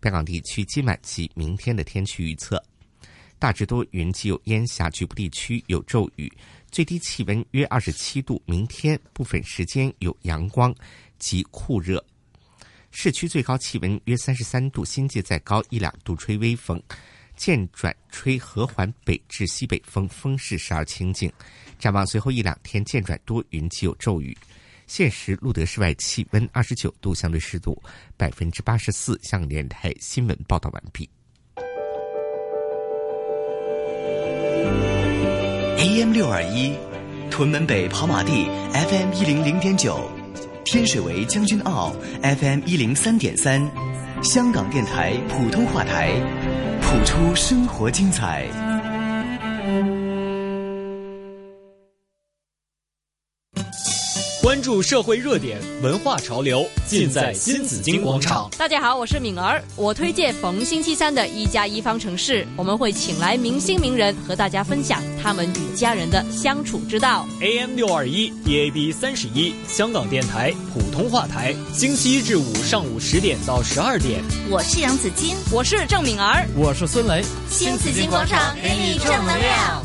本港地区今晚及明天的天气预测：大致多云及有烟霞，局部地区有骤雨，最低气温约27度。明天部分时间有阳光及酷热，市区最高气温约33度，新界再高1-2度，吹微风，渐转吹和缓北至西北风，风势时而清劲。展望随后1-2天渐转多云及有骤雨。现时路德室外气温29度，相对湿度84%。香港电台新闻报道完毕。 AM621，屯门北跑马地 FM100.9，天水围将军澳 FM103.3，香港电台普通话台，谱出生活精彩。 关注社会热点、文化潮流，尽在新紫金广场。 大家好，我是敏儿，我推荐逢星期三的1+1方程式，我们会请来明星名人和大家分享他们与家人的相处之道。 AM621 DAB 31，香港电台普通话台，星期一至五上午10点到12点。 我是杨紫金， 我是郑敏儿， 我是孙雷。 新紫金广场给你正能量。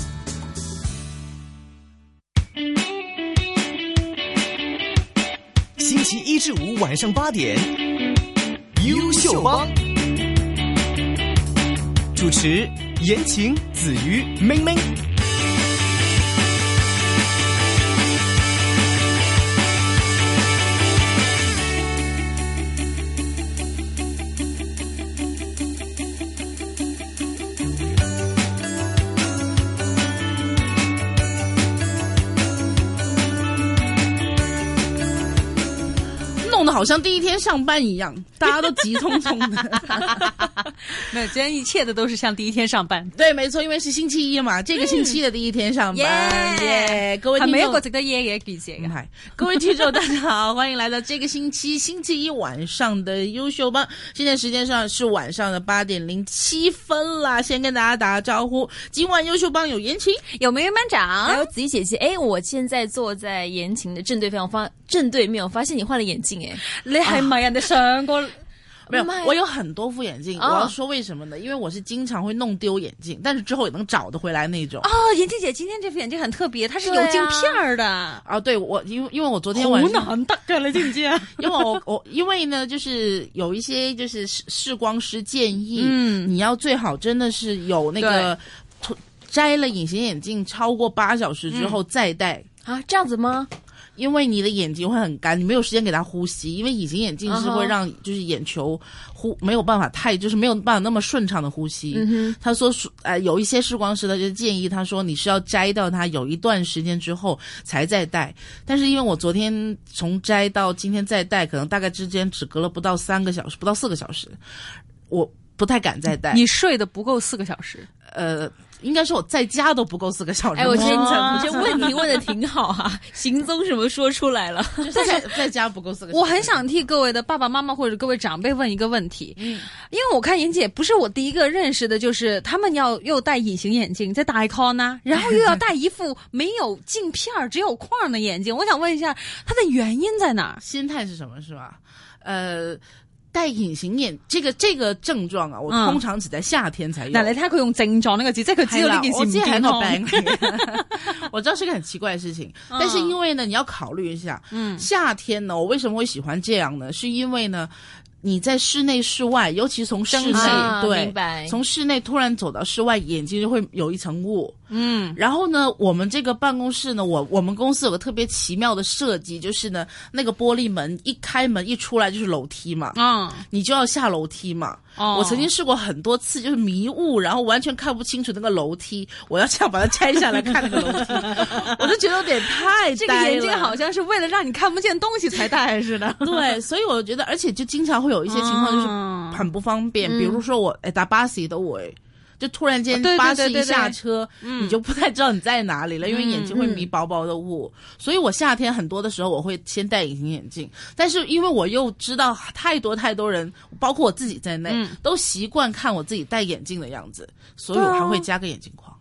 星期一至五晚上8点，优秀帮，主持言情、子瑜、妹妹。 好像第一天上班一样，大家都急匆匆的。 没有，今天一切的都是像第一天上班。 对，没错，因为是星期一嘛，这个星期的第一天上班。耶！各位听众， 係咪一個值得耶嘅一件事嘅？ 各位听众，大家好，欢迎来到这个星期一晚上的优秀帮。现在时间上是晚上的8点07分啦。先跟大家打个招呼，今晚优秀帮有言情， 有梅园班长， 还有子怡姐姐。哎，我现在坐在言情的正对面，我发现你换了眼镜哎。 你係咪人哋上過？ 没有，我有很多副眼镜。我要说为什么呢？因为我是经常会弄丢眼镜，但是之后也能找得回来那种。 哦，眼镜姐今天这副眼镜很特别，它是有镜片的。 啊，对，我因为我昨天晚上好难得噶，你知唔知啊？ 因为呢，就是有一些就是视光师建议，你要最好真的是有那个摘了隐形眼镜超过8小时之后再戴。 啊，这样子吗？ 因为你的眼睛会很干，你没有时间给它呼吸，因为隐形眼镜是会让就是眼球没有办法就是没有办法那么顺畅的呼吸。他说有一些视光师的就建议他说你是要摘掉它有一段时间之后才再戴，但是因为我昨天从摘到今天再戴，可能大概之间只隔了不到3个小时，不到4个小时，我不太敢再戴。 你睡得不够4个小时？ 应该是我在家都不够4个小时。 哎，我这问题问的挺好啊，行踪什么说出来了。 在家不够4个小时。 我很想替各位的爸爸妈妈或者各位长辈问一个问题，因为我看妍姐不是我第一个认识的，就是他们又戴隐形眼镜，在戴 con 啊，然后又要戴一副没有镜片只有框的眼镜。我想问一下，它的原因在哪儿？ 心态是什么，是吧？戴隐形眼这个症状啊，我通常只在夏天才有。 嗱，你睇佢用症狀呢個字，即係佢知道呢件事唔健康。 我知道是個很奇怪的事情，但是因為呢，你要考慮一下，夏天呢，我為什麼會喜歡這樣呢？是因為呢，你在室內室外，尤其從室內，對， 明白， 從室內突然走到室外，眼睛就會有一層霧。然后呢，我们这个办公室呢，我们公司有个特别奇妙的设计，就是呢，那个玻璃门一开门一出来就是楼梯嘛，你就要下楼梯嘛。我曾经试过很多次，就是迷雾，然后完全看不清楚那个楼梯，我要这样把它拆下来看那个楼梯，我就觉得有点太呆了。 这个眼镜好像是为了让你看不见东西才戴似的。 对，所以我觉得，而且就经常会有一些情况就是很不方便，比如说我搭巴士都会。就突然间巴士一下车，你就不太知道你在哪里了，因为眼睛会迷薄薄的雾。所以我夏天很多的时候我会先戴隐形眼镜，但是因为我又知道太多人，包括我自己在内，都习惯看我自己戴眼镜的样子，所以我还会加个眼镜框。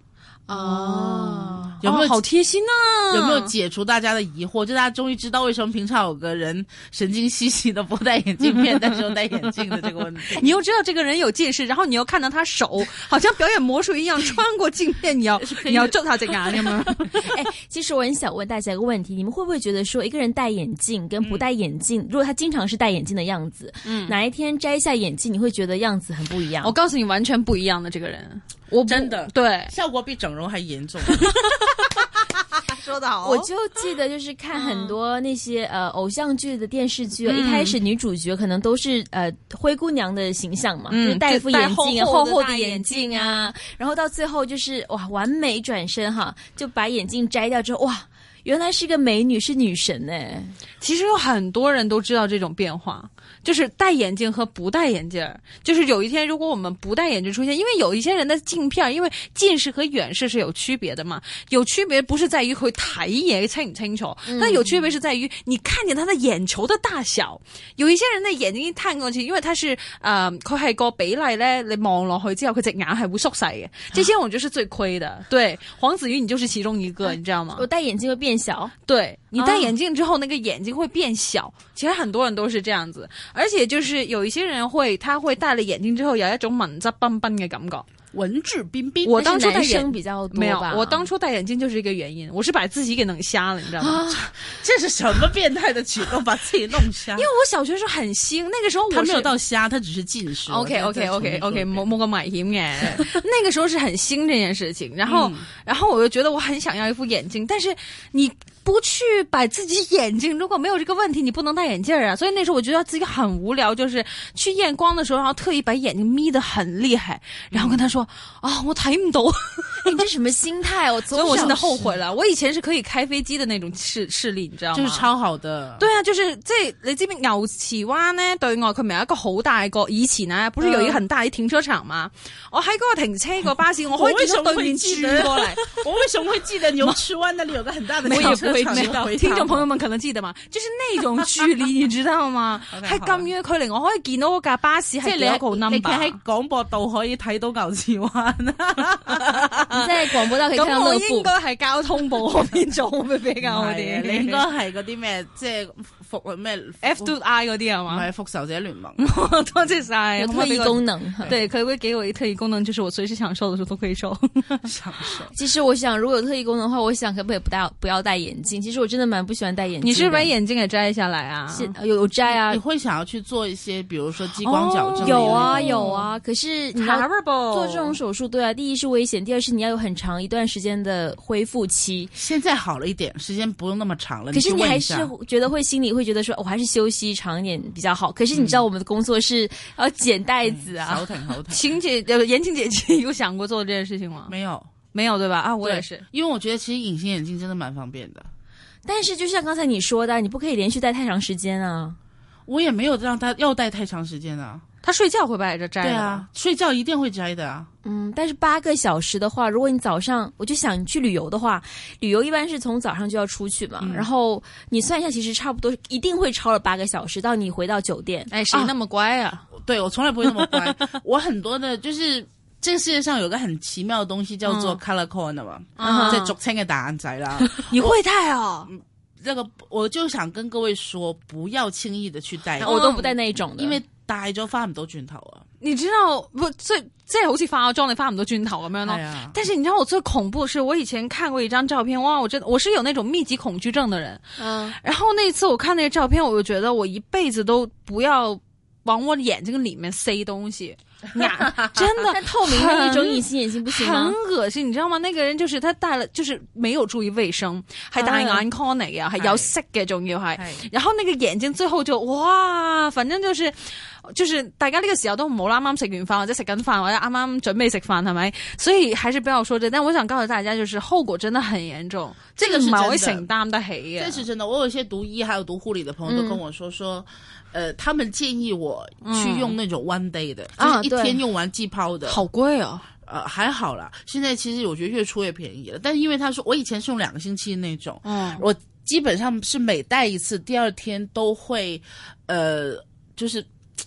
有没有好贴心啊？ 有没有解除大家的疑惑？就大家终于知道为什么平常有个人神经兮兮的不戴眼镜片，但是又戴眼镜的这个问题。 你又知道这个人有近视，然后你又看到他手好像表演魔术一样穿过镜片，你要皱他这个眼睛吗？ 其实我很想问大家一个问题，你们会不会觉得说一个人戴眼镜跟不戴眼镜，如果他经常是戴眼镜的样子，哪一天摘下眼镜你会觉得样子很不一样？ 我告诉你，完全不一样的这个人， 真的对， 效果比整容还严重。 说得好， 我就记得就是看很多那些偶像剧的电视剧，一开始女主角可能都是灰姑娘的形象嘛，就是戴一副眼镜，厚厚的眼镜啊，然后到最后就是哇完美转身哈，就把眼镜摘掉之后，哇原来是个美女，是女神欸。 其实有很多人都知道这种变化，就是戴眼镜和不戴眼镜。就是有一天如果我们不戴眼镜出现，因为有一些人的镜片，因为近视和远视是有区别的嘛，有区别不是在于佢睇嘢清唔清楚，但有区别是在于你看见他的眼球的大小。有一些人的眼睛一探過去，因為他是佢係個比例咧，你望落去之後佢隻眼係會縮細嘅，這些我覺得是最虧的。對，黃子瑜你就是其中一個，你知道嗎？ 我戴眼鏡會變小， 對，你戴眼鏡之後那個眼睛會變小，其實很多人都是這樣子，而且就是有一些人他會戴了眼鏡之後有一種文質彬彬嘅感覺。 文质彬彬， 我当初戴眼鏡比較多吧， 沒有，我當初戴眼鏡就是一個原因，我是把自己給弄瞎了，你知道嗎？ 這是什麼變態的舉動，把自己弄瞎？ 因為我小學時候很新，那個時候他沒有到瞎，他只是近視。 OK，冇咁危險嘅。那個時候是很新這件事情，然後我就覺得我很想要一副眼鏡，但是你不去把自己眼睛，如果沒有這個問題，你不能戴眼鏡啊。所以那時候我覺得自己很無聊，就是去驗光的時候，然後特意把眼睛眯得很厲害，然後跟他說我睇唔到。 你這什麼心態？ 所以我現在後悔了。我以前是可以開飛機的那種視力，你知道嗎？ 就是超好的。 對啊，就是即係你知唔知牛池灣呢對外佢咪有一個好大個，以前呢不是有一個很大的停車場嘛？我喺嗰個停車個巴士，我可以見到對面轉過來。 我為什麼會記得牛池灣那裡有個很大的停車場？ 聽眾朋友們可能記得嘛，就是那種距離，你知道嗎？係咁遠距離，我可以見到嗰架巴士係幾多個 number。 你企喺廣播道可以睇到牛池灣。 即係廣播道可以睇到樂富。咁我應該係交通部嗰邊做會比較好啲。 你應該係嗰啲咩，即係復咩 F2I 嗰啲係嘛？ 唔係復仇者聯盟。 多謝晒。 有特異功能。 對，可不可以給我一特異功能，就是我隨時想瘦的時候都可以瘦。 享受。 其實我想，如果有特異功能的話，我想可不可以不要戴眼鏡？其實我真的蠻不喜歡戴眼鏡。 你是不是把眼鏡給摘下來啊？ 有摘啊。 你會想要去做一些，比如說激光矯正？ 有啊。可是你要做這種手術，對啊，第一是危險，第二是你要有很長一段時間的恢復期。 現在好了一點，時間不用那麼長了。 可是你還是覺得心裡會覺得說，我還是休息長一點比較好。可是你知道我們的工作是要剪帶子啊。 好疼。 言情姐姐有想過做這件事情嗎？ 沒有對吧？啊，我也是， 因為我覺得其實隱形眼鏡真的蠻方便的。 但是就像剛才你說的，你不可以連續戴太長時間啊。 我也沒有讓他要戴太長時間啊。 他睡覺會把這摘的？ 對啊，睡覺一定會摘的啊。 但是8個小時的話，如果你早上，我就想你去旅遊的話，旅遊一般是從早上就要出去嘛，然後你算一下，其實差不多一定會超了8個小時，到你回到酒店。 哎，誰那麼乖啊？ 對，我從來不會那麼乖。我很多的，就是這個世界上有個很奇妙的東西叫做 color corner 嘛，即係俗稱嘅大眼仔啦。 你會戴啊？ 這個我就想跟各位說，不要輕易的去戴， 我都不戴那一種的， 因為戴咗翻唔到轉頭啊。 你知道不？即係好似化妝你化唔到轉頭咁樣咯。但是你知道我最恐怖是我以前看過一張照片，哇！我是有那種密集恐懼症的人。然後那次我看那個照片，我就覺得我一輩子都不要往我眼睛裡面塞東西。真的， 但透明的那種隱形眼鏡不行嗎？ 很惡心，你知道嗎？那個人就是他戴了，就是沒有注意衛生，係戴眼 con 嚟嘅，係有色嘅，仲要係。然後那個眼睛最後就哇，反正就是大家呢個時候都唔好啱啱食完飯或者食緊飯或者啱啱準備食飯係咪？所以還是不要說這。但我想告訴大家，就是後果真的很嚴重，這個唔係會承擔得起嘅。 這是真的，我有一些讀醫還有讀護理的朋友都跟我說。他們建議我去用那種 one day 的，就是一天用完即拋的。 好貴哦。 還好啦，現在其實我覺得越出越便宜了。但是因為他說我以前是用2個星期那種，我基本上是每戴一次，第二天都會，就是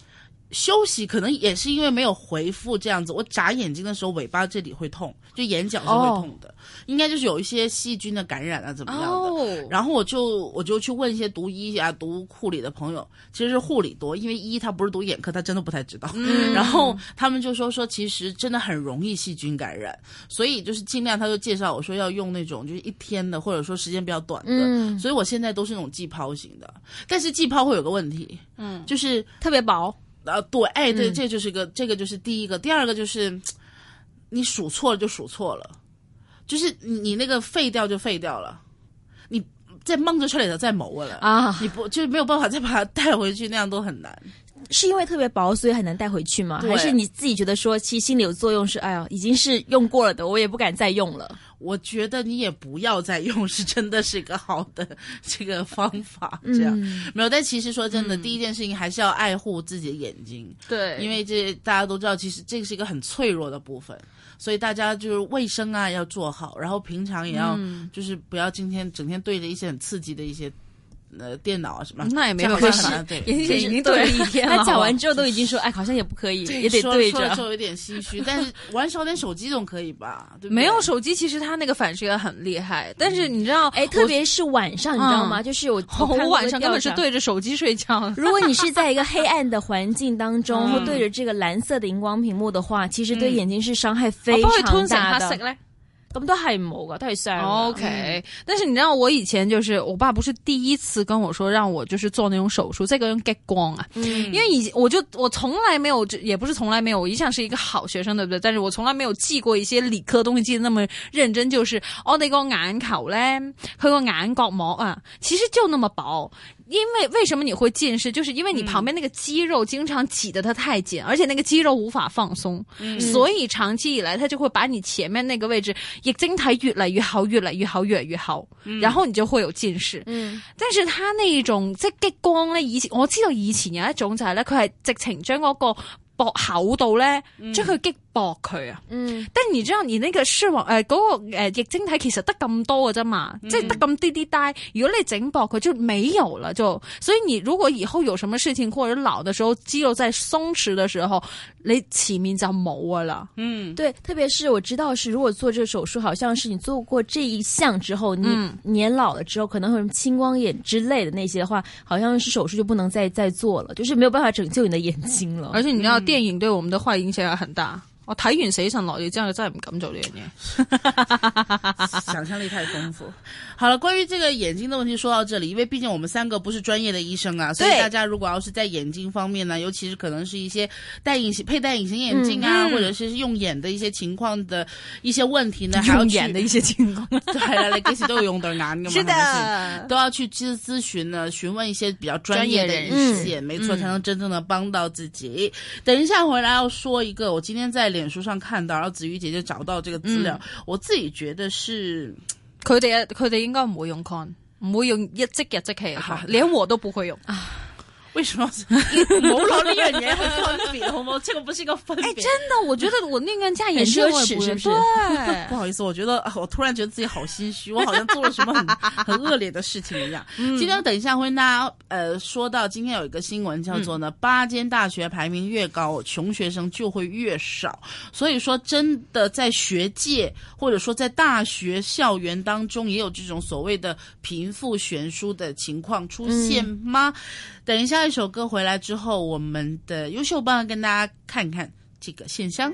休息可能也是因为没有回复这样子，我眨眼睛的时候尾巴这里会痛，就眼角是会痛的，应该就是有一些细菌的感染啊怎么样的。然后我就去问一些读医啊读护理的朋友，其实是护理多，因为医他不是读眼科，他真的不太知道。然后他们就说其实真的很容易细菌感染，所以就是尽量他就介绍我说要用那种就是1天的，或者说时间比较短的。所以我现在都是那种季泡型的，但是季泡会有个问题，就是特别薄。 对，对，这个就是第一个，第二个就是你数错了就数错了，就是你那个废掉就废掉了，你再掹咗出嚟就真係冇噶啦你不就是没有办法再把它带回去，那样都很难。 是因为特别薄所以很难带回去吗？还是你自己觉得说其实心理有作用是哎呀已经是用过了的，我也不敢再用了？ 我觉得你也不要再用，是真的是一个好的这个方法。这样没有，但其实说真的，第一件事情还是要爱护自己的眼睛。对，因为这大家都知道，其实这个是一个很脆弱的部分，所以大家就是卫生啊要做好，然后平常也要就是不要今天整天对着一些很刺激的一些电脑啊什么， 那也没有关系，已经对了一天了。 他讲完之后都已经说，哎，好像也不可以，也得对着。 说有点心虚，但是玩少点手机总可以吧？对不对？ 没有手机，其实它那个反射也很厉害。但是你知道， 哎，特别是晚上，你知道吗？就是我晚上根本是对着手机睡觉。 如果你是在一个黑暗的环境当中，或对着这个蓝色的荧光屏幕的话，其实对眼睛是伤害非常大的。咁都係冇噶，都係傷。 OK，但是你知道我以前就是我爸不是第一次跟我說讓我就是做那種手術，這個用激光啊，因為我從來沒有，也不是從來沒有，我一向是一個好學生，對不對？但是我從來沒有記過一些理科東西記得那麼認真，就是我哋個眼球咧，佢個眼角膜啊，其實就那麼薄。因為什麼你會近視，就是因為你旁邊那個肌肉經常擠得它太緊，而且那個肌肉無法放鬆，所以長期以來它就會把你前面那個位置液晶體越來越厚，越來越厚，越來越厚，然後你就會有近視。但是它那一種即係激光咧，以前我知道以前有一種就係咧，佢係直情將嗰個薄厚度咧，將佢激薄佢啊。但係你知道你那個視網嗰個液晶體其實得咁多嘅啫嘛，即係得咁啲帶，如果你整薄佢就沒有了，就所以你如果以後有什麼事情或者老的時候肌肉在鬆弛的時候，你前面就冇了。 對，特別是我知道是如果做這個手術，好像是你做過這一項之後，你年老了之後，可能會有青光眼之類的那些的話，好像是手術就不能再做了，就是沒有辦法拯救你的眼睛了。 而且你知道電影對我們的壞影響也很大。我睇完死神來了之後，真係唔敢做呢樣嘢。 想象力太豐富。好了，關於這個眼睛的問題說到這裡，因為畢竟我們三個不是專業的醫生啊，所以大家如果要是在眼睛方面呢，尤其是可能是一些佩戴隱形眼鏡啊，或者是用眼的一些情況的一些問題呢，還要用眼的一些情況， 對啦，你幾時都有用對眼㗎嘛， 是的， 都要去諮詢呢，詢問一些比較專業的意見，沒錯，才能真正的幫到自己。等一下回來要說一個，我今天在臉書上看到，然後子瑜姐姐找到這個資料，我自己覺得是佢哋應該唔會用 con， 唔會用即日即期啊，連我都不會用啊。 為什麼？冇攞呢樣嘢去分別，好冇？這個不是一個分別。 真的，我覺得我寧願加眼鏡， 很奢侈，是不是？ 對，不好意思，我覺得我突然覺得自己好心虛，我好像做了什麼很惡劣的事情一樣。今天等一下會跟大家說到，今天有一個新聞叫做呢，8間大學排名越高，窮學生就會越少。所以說，真的在學界或者說在大學校園當中，也有這種所謂的貧富懸殊的情況出現嗎？等一下一首歌回來之後，我們的優秀幫跟大家看看這個現象。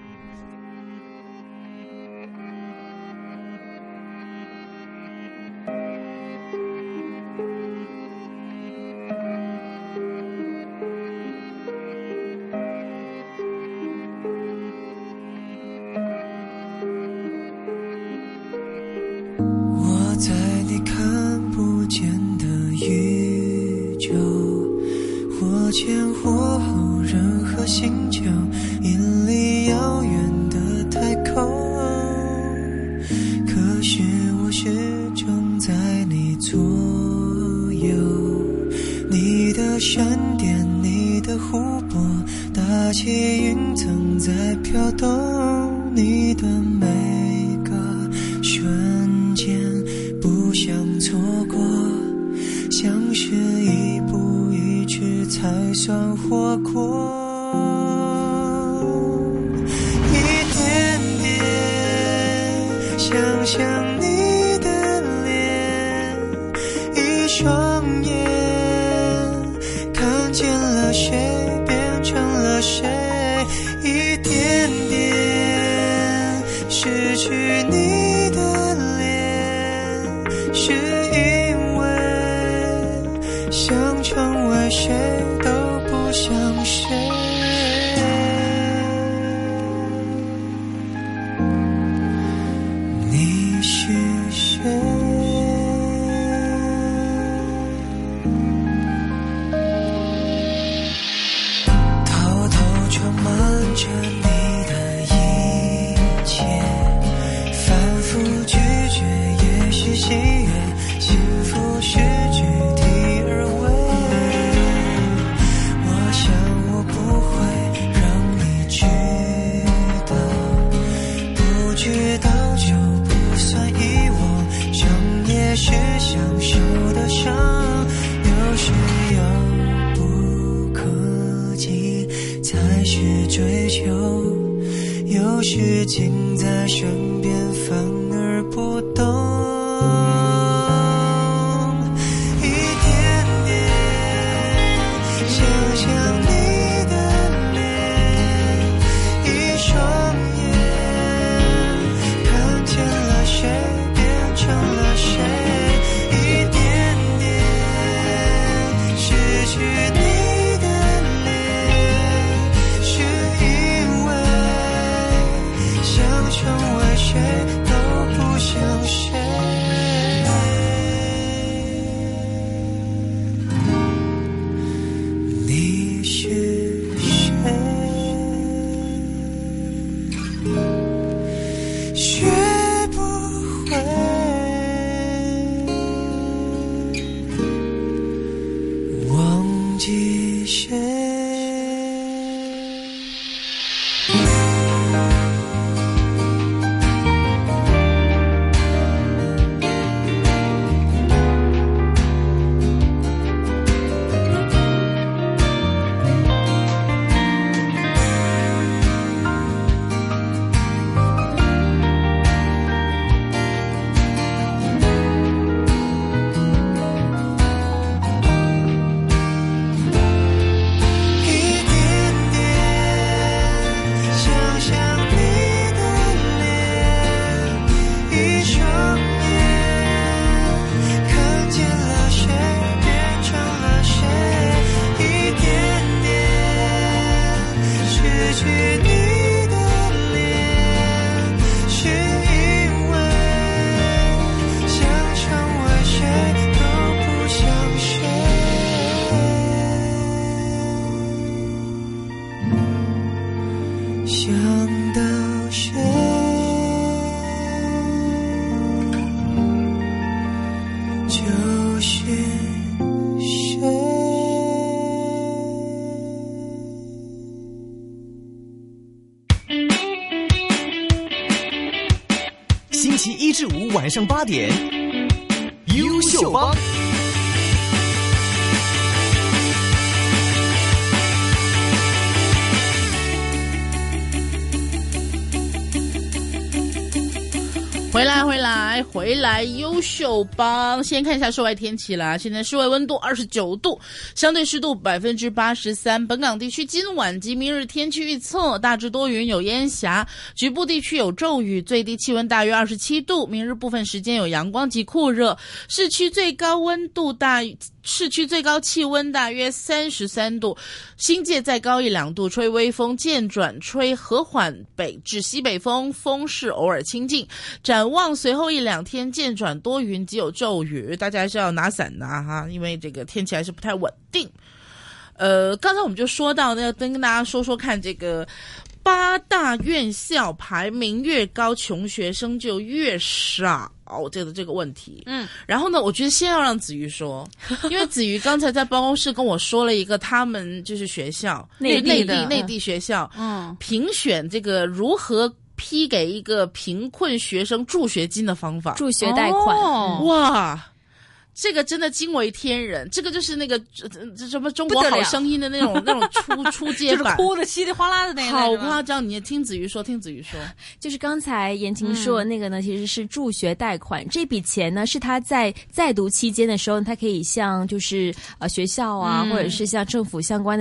我在你看不見的宇宙，或前或後，任何星球，引離遙遠的太空，可是我始終在你左右，你的閃電，你的湖泊，大氣雲層在飄動，你的每個瞬間不想錯過，像是一步一直才算活過。 去你的脸，是因为想成为谁都不像谁。你是谁？偷偷装满着你的一切，反复拒绝也是喜悦，幸福是具体而为。我想我不会让你知道，不知道就不算遗忘，伤也是享受的伤，有时遥不可及才是追求，有时近在身边反而不懂，一点点想象你的脸，一双眼看见了谁变成了谁，一点点失去你的脸，是因为想成为谁都不像谁。你是谁？学不会忘记谁。 星期一至五晚上8点，优秀帮。 回来，优秀帮。先看一下室外天气啦，现在室外温度29度，相对湿度83%。本港地区今晚及明日天气预测：大致多云有烟霞，局部地区有骤雨，最低气温大约27度。明日部分时间有阳光及酷热，市区最高气温大约33度，新界再高1-2度，吹微风，渐转吹和缓北至西北风，风势偶尔清劲。展望随后1-2天渐转多云，只有骤雨，大家还是要拿伞拿哈，因为这个天气还是不太稳定。刚才我们就说到跟大家说看这个8大院校排名越高，穷学生就越少这个问题。然后呢，我觉得先要让子瑜说，因为子瑜刚才在办公室跟我说了一个他们就是学校内地学校，评选这个如何批给一个贫困学生助学金的方法， 助学贷款。 哇！这个真的惊为天人，这个就是那个什么中国好声音的那种初阶版， 就是哭的稀里哗啦的那个， 好夸张！你听子瑜说， 就是刚才言情说的那个呢，其实是助学贷款，这笔钱呢是他在读期间的时候，他可以向就是学校啊，或者是向政府相关的部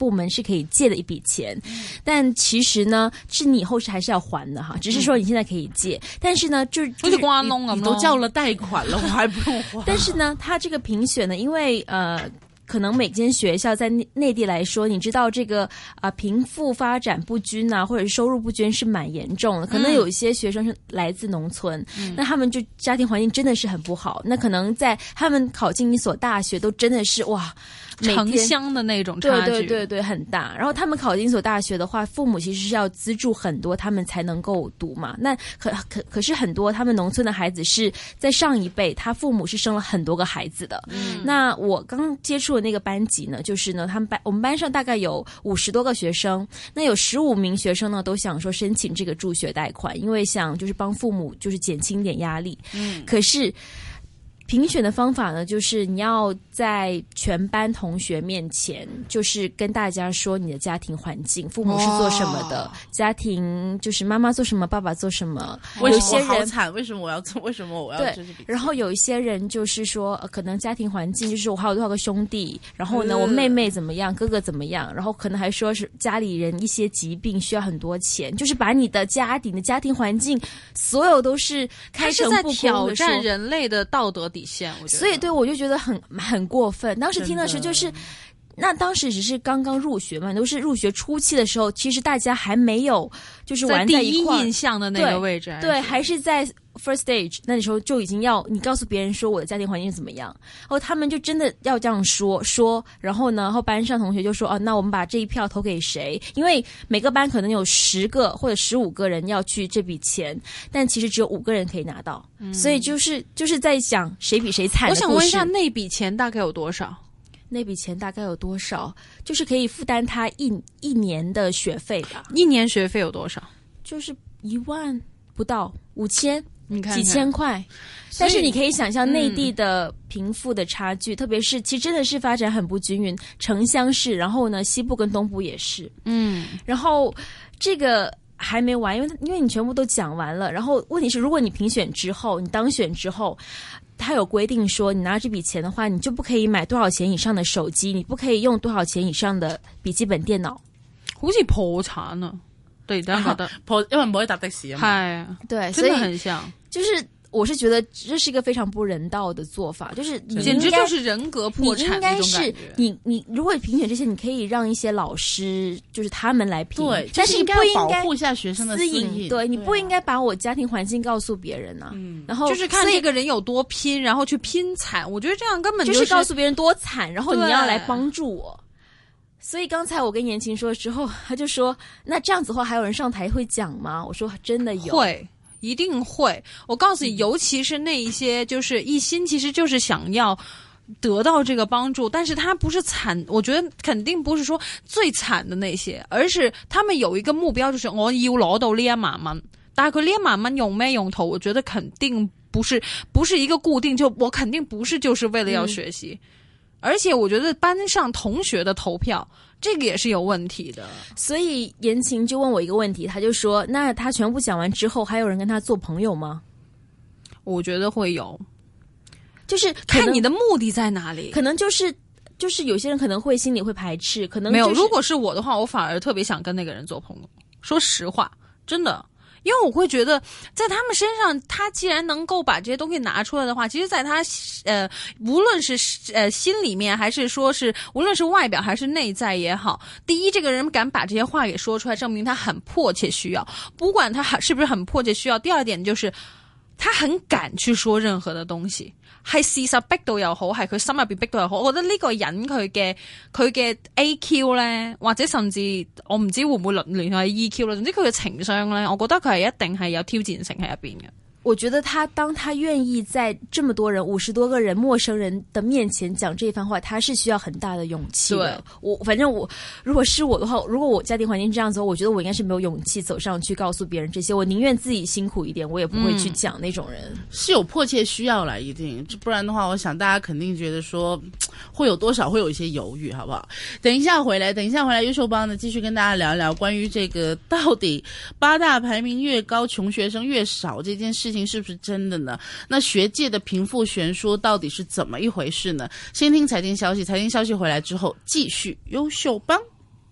部门是可以借的一笔钱，但其實呢是你以後還是要還的哈，只是說你現在可以借，但是呢就是好似關窿咁你都叫了貸款了，我還不用還。 但是呢，它這個評選呢，因為可能每間學校在內地來說，你知道這個貧富發展不均啊，或者收入不均是蠻嚴重的。可能有一些學生是來自農村，那他們就家庭環境真的是很不好。那可能在他們考進一所大學，都真的是哇， 城鄉的那種差距， 對，很大。然後他們考進一所大學的話，父母其實是要資助很多，他們才能夠讀嘛。那可是很多他們農村的孩子是在上一輩，他父母是生了很多個孩子的。那我剛接觸的那個班級呢，就是呢，我們班上大概有50多個學生，那有15名學生呢都想說申請這個助學貸款，因為想就是幫父母就是減輕點壓力。可是評選的方法呢，就是你要在全班同學面前，就是跟大家說你的家庭環境，父母是做什麼的，家庭就是媽媽做什麼，爸爸做什麼。有些人好慘，為什麼我要做？為什麼我要做？ 然後有一些人就是說，可能家庭環境就是我還有多少個兄弟，然後呢，我妹妹怎麼樣，哥哥怎麼樣，然後可能還說是家裡人一些疾病需要很多錢，就是把你的家庭環境所有都是開誠布公的說， 他是在挑戰人類的道德底線，我覺得。 所以對我就覺得很過分。當時聽的時候就是那當時只是剛剛入學嘛，都是入學初期的時候，其實大家還沒有就是玩在一塊， 在第一印象的那個位置， 對，還是在 first stage 那時候就已經要你告訴別人說我的家庭環境是怎麼樣，然後他們就真的要這樣說，然後呢，然後班上同學就說那我們把這一票投給誰？因為每個班可能有10個或者15個人要去這筆錢，但其實只有5個人可以拿到，所以就是在想誰比誰慘的故事。 我想問一下，那筆錢大概有多少？ 那筆錢大概有多少？就是可以負擔他一年的學費吧。 一年學費有多少？ 就是1萬不到，5000， 你看看幾千塊。但是你可以想象內地的貧富的差距，特別是其實真的是發展很不均勻，城鄉是，然後呢西部跟東部也是。然後這個還沒完，因為你全部都講完了。然後問題是，如果你評選之後，你當選之後，他有規定說，你拿這筆錢的話，你就不可以買多少錢以上的手機，你不可以用多少錢以上的筆記本電腦， 好似破產啊！對，大家覺得因為唔可以搭的士啊嘛。 係， 對， 真的很像， 就是我是覺得這是一個非常不人道的做法，就是你簡直就是人格破產那種感覺。 你如果評選這些，你可以讓一些老師就是他們來評， 對， 但是你不應該保護一下學生的私隱， 對，你不應該把我家庭環境告訴別人啊。然後就是看這個人有多拼，然後去拼慘，我覺得這樣根本就是告訴別人多慘，然後你要來幫助我。所以剛才我跟言情說之後，他就說，那這樣子的話還有人上台會講嗎？我說真的有， 會。一定會，我告訴你，尤其是那一些就是一心其實就是想要得到這個幫助，但是他不是慘，我覺得肯定不是說最慘的那些，而是他們有一個目標，就是我要攞到呢1萬蚊，但係佢呢1萬蚊用咩用途？我覺得肯定不是一個固定，就我肯定不是就是為了要學習。而且我覺得班上同學的投票，這個也是有問題的。 所以言情就問我一個問題，他就說，那他全部講完之後，還有人跟他做朋友嗎？ 我覺得會有， 就是看你的目的在哪裡。 可能就是有些人可能會心裡會排斥，可能、 沒有。如果是我的話，我反而特別想跟那個人做朋友。說實話，真的。因為我會覺得，在他們身上，他既然能夠把這些東西拿出來的話，其實在他無論是心裡面，還是說是無論是外表還是內在也好，第一，這個人敢把這些話給說出來，證明他很迫切需要。不管他是不是很迫切需要，第二點就是他很敢去說任何的東西。係事實逼到又好，係佢心入邊逼到又好，我覺得呢個人佢嘅 AQ 咧，或者甚至我唔知會唔會聯繫 EQ 啦，總之佢嘅情商咧，我覺得佢係一定係有挑戰性喺入邊嘅。 我覺得當他願意在這麼多人50多個人陌生人的面前講這番話，他是需要很大的勇氣的。反正我如果是我的話，如果我家庭環境這樣子，我覺得我應該是沒有勇氣走上去告訴別人這些，我寧願自己辛苦一點，我也不會去講那種人。 是有迫切需要啦，一定，不然的話我想大家肯定覺得說會有多少會有一些猶豫，好不好？等一下回來優秀幫呢繼續跟大家聊一聊關於這個到底8大排名越高窮學生越少這件事情是不是真的呢？那學界的貧富懸殊到底是怎麼一回事呢？先聽財經消息回來之後繼續優秀幫。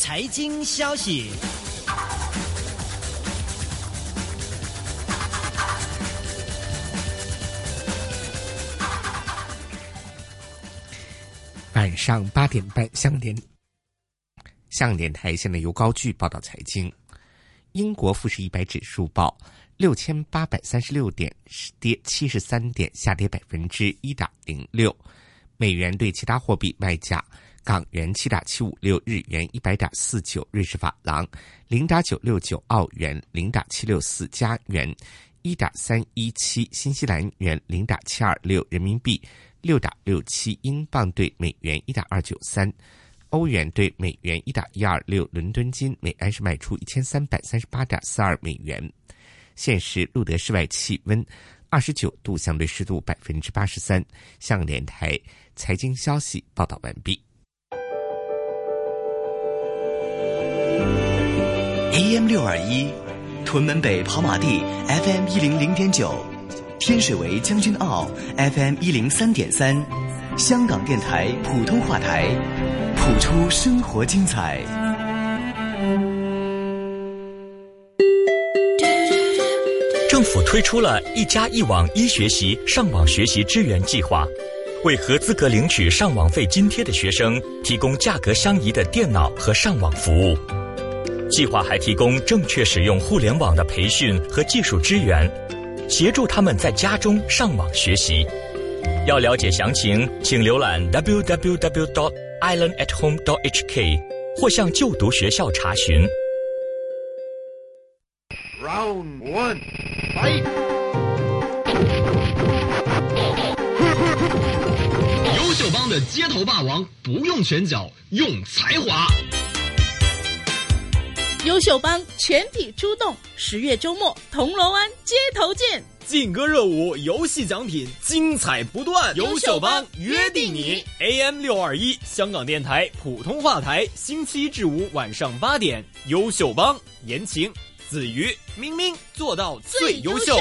财经消息。 晚上8点半，香港电台现在由高炬报道财经。英国富时100指数报6836点，跌73点，下跌1.06%。美元对其他货币卖价：港元7.756，日元100.49，瑞士法郎0.969，澳元0.764，加元1.317，新西兰元0.726，人民币6.67，英镑对美元1.293，欧元对美元1.126，伦敦金每安士卖出1338.42美元。现时录得室外气温29度，相对湿度83%。香港电台财经消息报道完毕。 AM621，屯门北跑马地 FM100.9，天水围将军澳 FM103.3，香港电台普通话台，谱出生活精彩。 政府推出了1加1网医学习上网学习支援计划，为合资格领取上网费津贴的学生提供价格相宜的电脑和上网服务。计划还提供正确使用互联网的培训和技术支援，协助他们在家中上网学习。要了解详情，请浏览 www.islandathome.hk 或向就读学校查询。 Round 1, fight! 优秀帮的街头霸王不用拳脚，用才华。 优秀帮全体出动，10月周末铜锣湾街头见。 劲歌热舞，游戏奖品精彩不断。优秀帮约定你 AM621 香港电台普通话台，星期一至五晚上8点。优秀帮言情子瑜明明做到最优秀。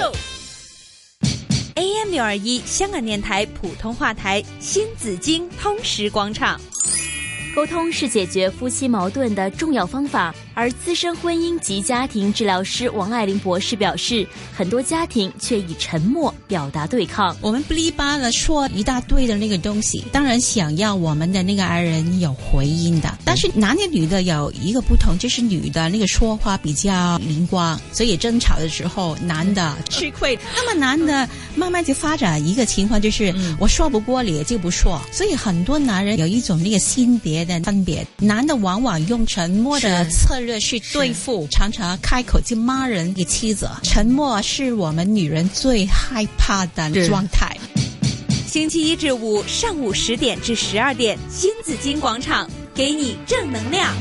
AM621 香港电台普通话台，新紫荆通识广场。 沟通是解决夫妻矛盾的重要方法，而资深婚姻及家庭治疗师王爱玲博士表示，很多家庭却以沉默表达对抗。 我们不哩吧的说一大堆的那个东西，当然想要我们的那个爱人有回应的，但是男的女的有一个不同，就是女的那个说话比较灵光，所以争吵的时候男的吃亏。那么男的慢慢就发展一个情况，就是我说不过你就不说，所以很多男人有一种那个性别的分别，男的往往用沉默的策略去对付，常常开口就骂人给妻子。沉默是我们女人最害怕的状态。 星期一至五上午10点至12点，新紫荆广场给你正能量。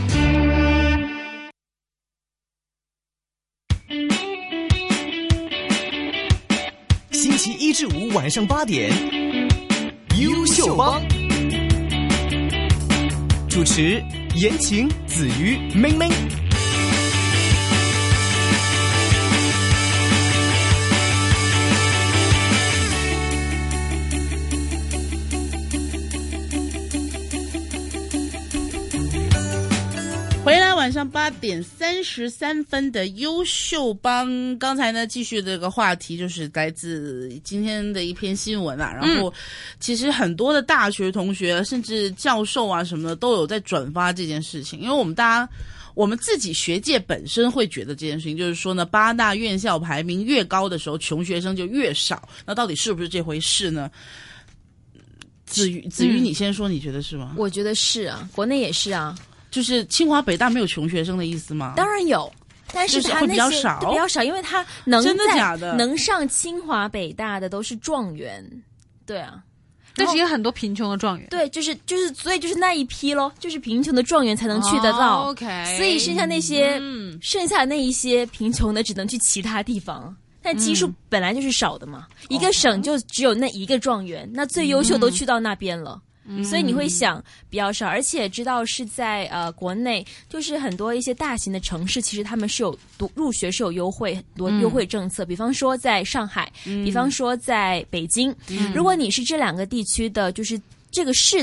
星期一至五晚上8点，优秀帮。主持言情子瑜明明。 回来晚上8点33分的优秀帮。刚才呢继续这个话题，就是来自今天的一篇新闻啊，然后其实很多的大学同学甚至教授啊什么的都有在转发这件事情。因为我们自己学界本身会觉得这件事情，就是说呢，8大院校排名越高的时候，穷学生就越少。那到底是不是这回事呢？子瑜你先说，你觉得是吗？ 我觉得是啊，国内也是啊。 就是清华北大没有穷学生的意思吗？ 当然有，但是他那些比较少， 因为他能真的假的能上清华北大的都是状元，对啊。 但是有很多贫穷的状元， 对，所以就是那一批咯，就是贫穷的状元才能去得到。 OK， 所以剩下那些剩下的那一些贫穷的只能去其他地方。但基数本来就是少的嘛，一个省就只有那一个状元，那最优秀都去到那边了。所以你会想比较少，而且知道是在国内，就是很多一些大型的城市，其实他们是有入学是有优惠，很多优惠政策，比方说在上海，比方说在北京，如果你是这两个地区的，就是这个市的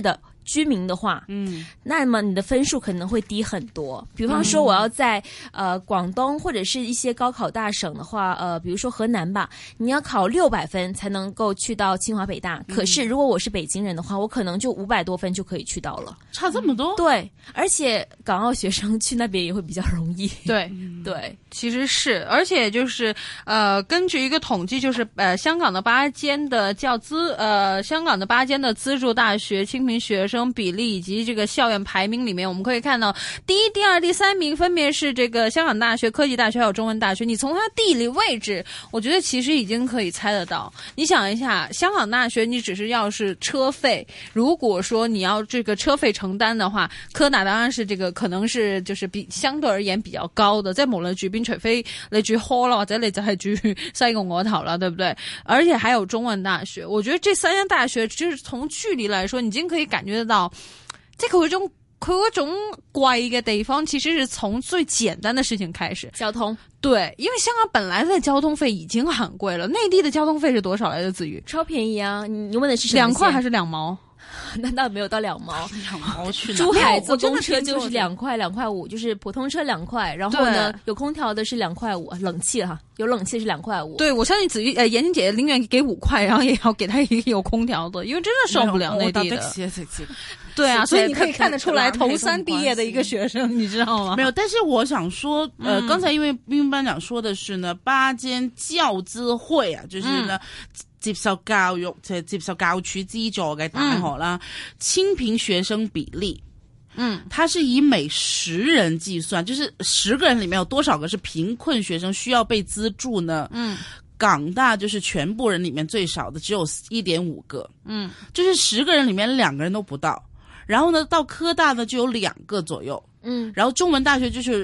居民的话，那么你的分数可能会低很多。比方说我要在广东或者是一些高考大省的话，比如说河南吧，你要考600分才能够去到清华北大。可是如果我是北京人的话，我可能就500多分就可以去到了。 差这么多？ 对，而且港澳学生去那边也会比较容易。 对对， 其实是，而且就是根据一个统计，就是香港的8间的香港的8间的资助大学清贫学生比例以及这个校园排名里面，我们可以看到第1、第2、第3名分别是这个香港大学、科技大学还有中文大学。你从它地理位置，我觉得其实已经可以猜得到。你想一下，香港大学你只是要是车费，如果说你要这个車費承擔的話，科大當然是這個可能是就是相對而言比較高的，即係無論住邊，除非你住科啦，或者你就係住西貢嗰頭啦，對不對？而且還有中文大學，我覺得這3間大學就是從距離來說，你已經可以感覺得到，即係佢嗰種貴嘅地方，其實是從最簡單的事情開始。 交通。 對，因為香港本來的交通費已經很貴了，內地的交通費是多少來的？子瑜？ 超便宜啊！你問的是什麼？2 塊還是2毛？ 那倒沒有到2毛 ，2毛去哪？ 珠海坐公車就是2塊2塊5，就是普通車2塊，然後呢有空調的是2塊5，冷氣哈，有冷氣是2塊5。 對，我相信子瑜言情姐寧願給5塊，然後也要給他一個有空調的，因為真的受不了內地的。對啊，所以你可以看得出來，頭3畢業的一個學生，你知道嗎？ 沒有，但是我想說，剛才因為冰冰班長說的是呢，8間教資會啊，就是呢。接受教育即係接受教署資助嘅大學啦，清貧學生比例，它是以每10人計算，就是10個人裡面有多少個是貧困學生需要被資助呢？港大就是全部人裡面最少的，只有1.5個，就是10個人裡面2個人都不到。然後呢，到科大呢就有2個左右，然後中文大學就是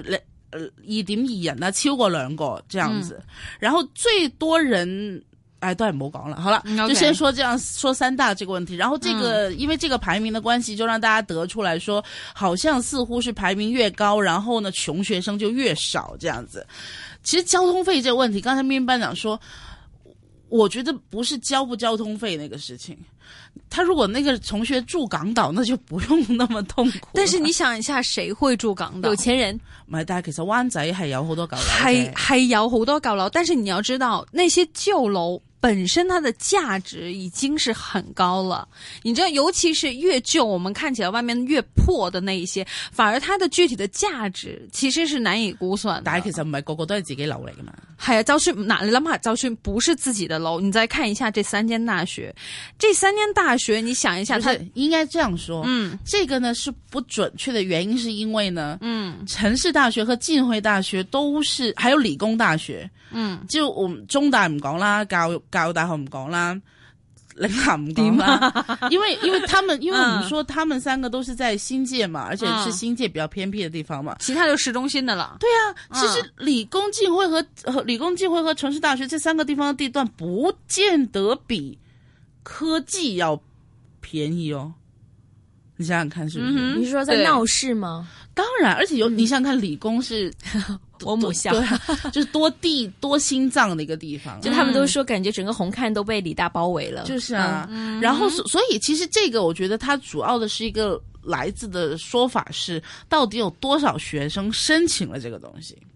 2.2人啦，超過2個這樣子，然後最多人。都係唔好講了，好了，就先說這樣說3大這個問題，然後這個因為這個排名的關係，就讓大家得出來說，好像似乎是排名越高，然後呢窮學生就越少這樣子。其實交通費這個問題，剛才明班長說，我覺得不是交不交通費那個事情，他如果那個同學住港島，那就不用那麼痛苦。 但是你想一下，誰會住港島？ 有錢人。 唔係，但係其實灣仔係有好多舊樓， 係有好多舊樓，但是你要知道，那些舊樓本身它的價值已經是很高了。你知道，尤其是越舊，我們看起來外面越破的那一些，反而它的具體的價值其實是難以估算的。 但係其實唔係個個都係自己樓嚟㗎嘛。 係啊，就算嗱，你諗下，就算不是自己的樓，你再看一下這3間大學，這3間大學，你想一下，它應該這樣說，這個呢是不準確的原因，是因為呢，城市大學和浸會大學都是，還有理工大學，就我們中大唔講啦，教育大學唔講啦，嶺南唔講啦，因為他們，因為我們說他們3個都是在新界嘛，而且是新界比較偏僻的地方嘛， 其他就市中心的了。 對啊，其實理工浸會和城市大學這3個地方的地段不見得比科技要便宜哦。你想想看是不是？ 你是說在鬧市嗎？ 當然，而且你想想看，理工是我母校， 就是多心臟的一個地方。 就他們都說，感覺整個紅磡都被理大包圍了。 就是啊，然後所以其實這個我覺得它主要的是一個來自的說法是，到底有多少學生申請了這個東西？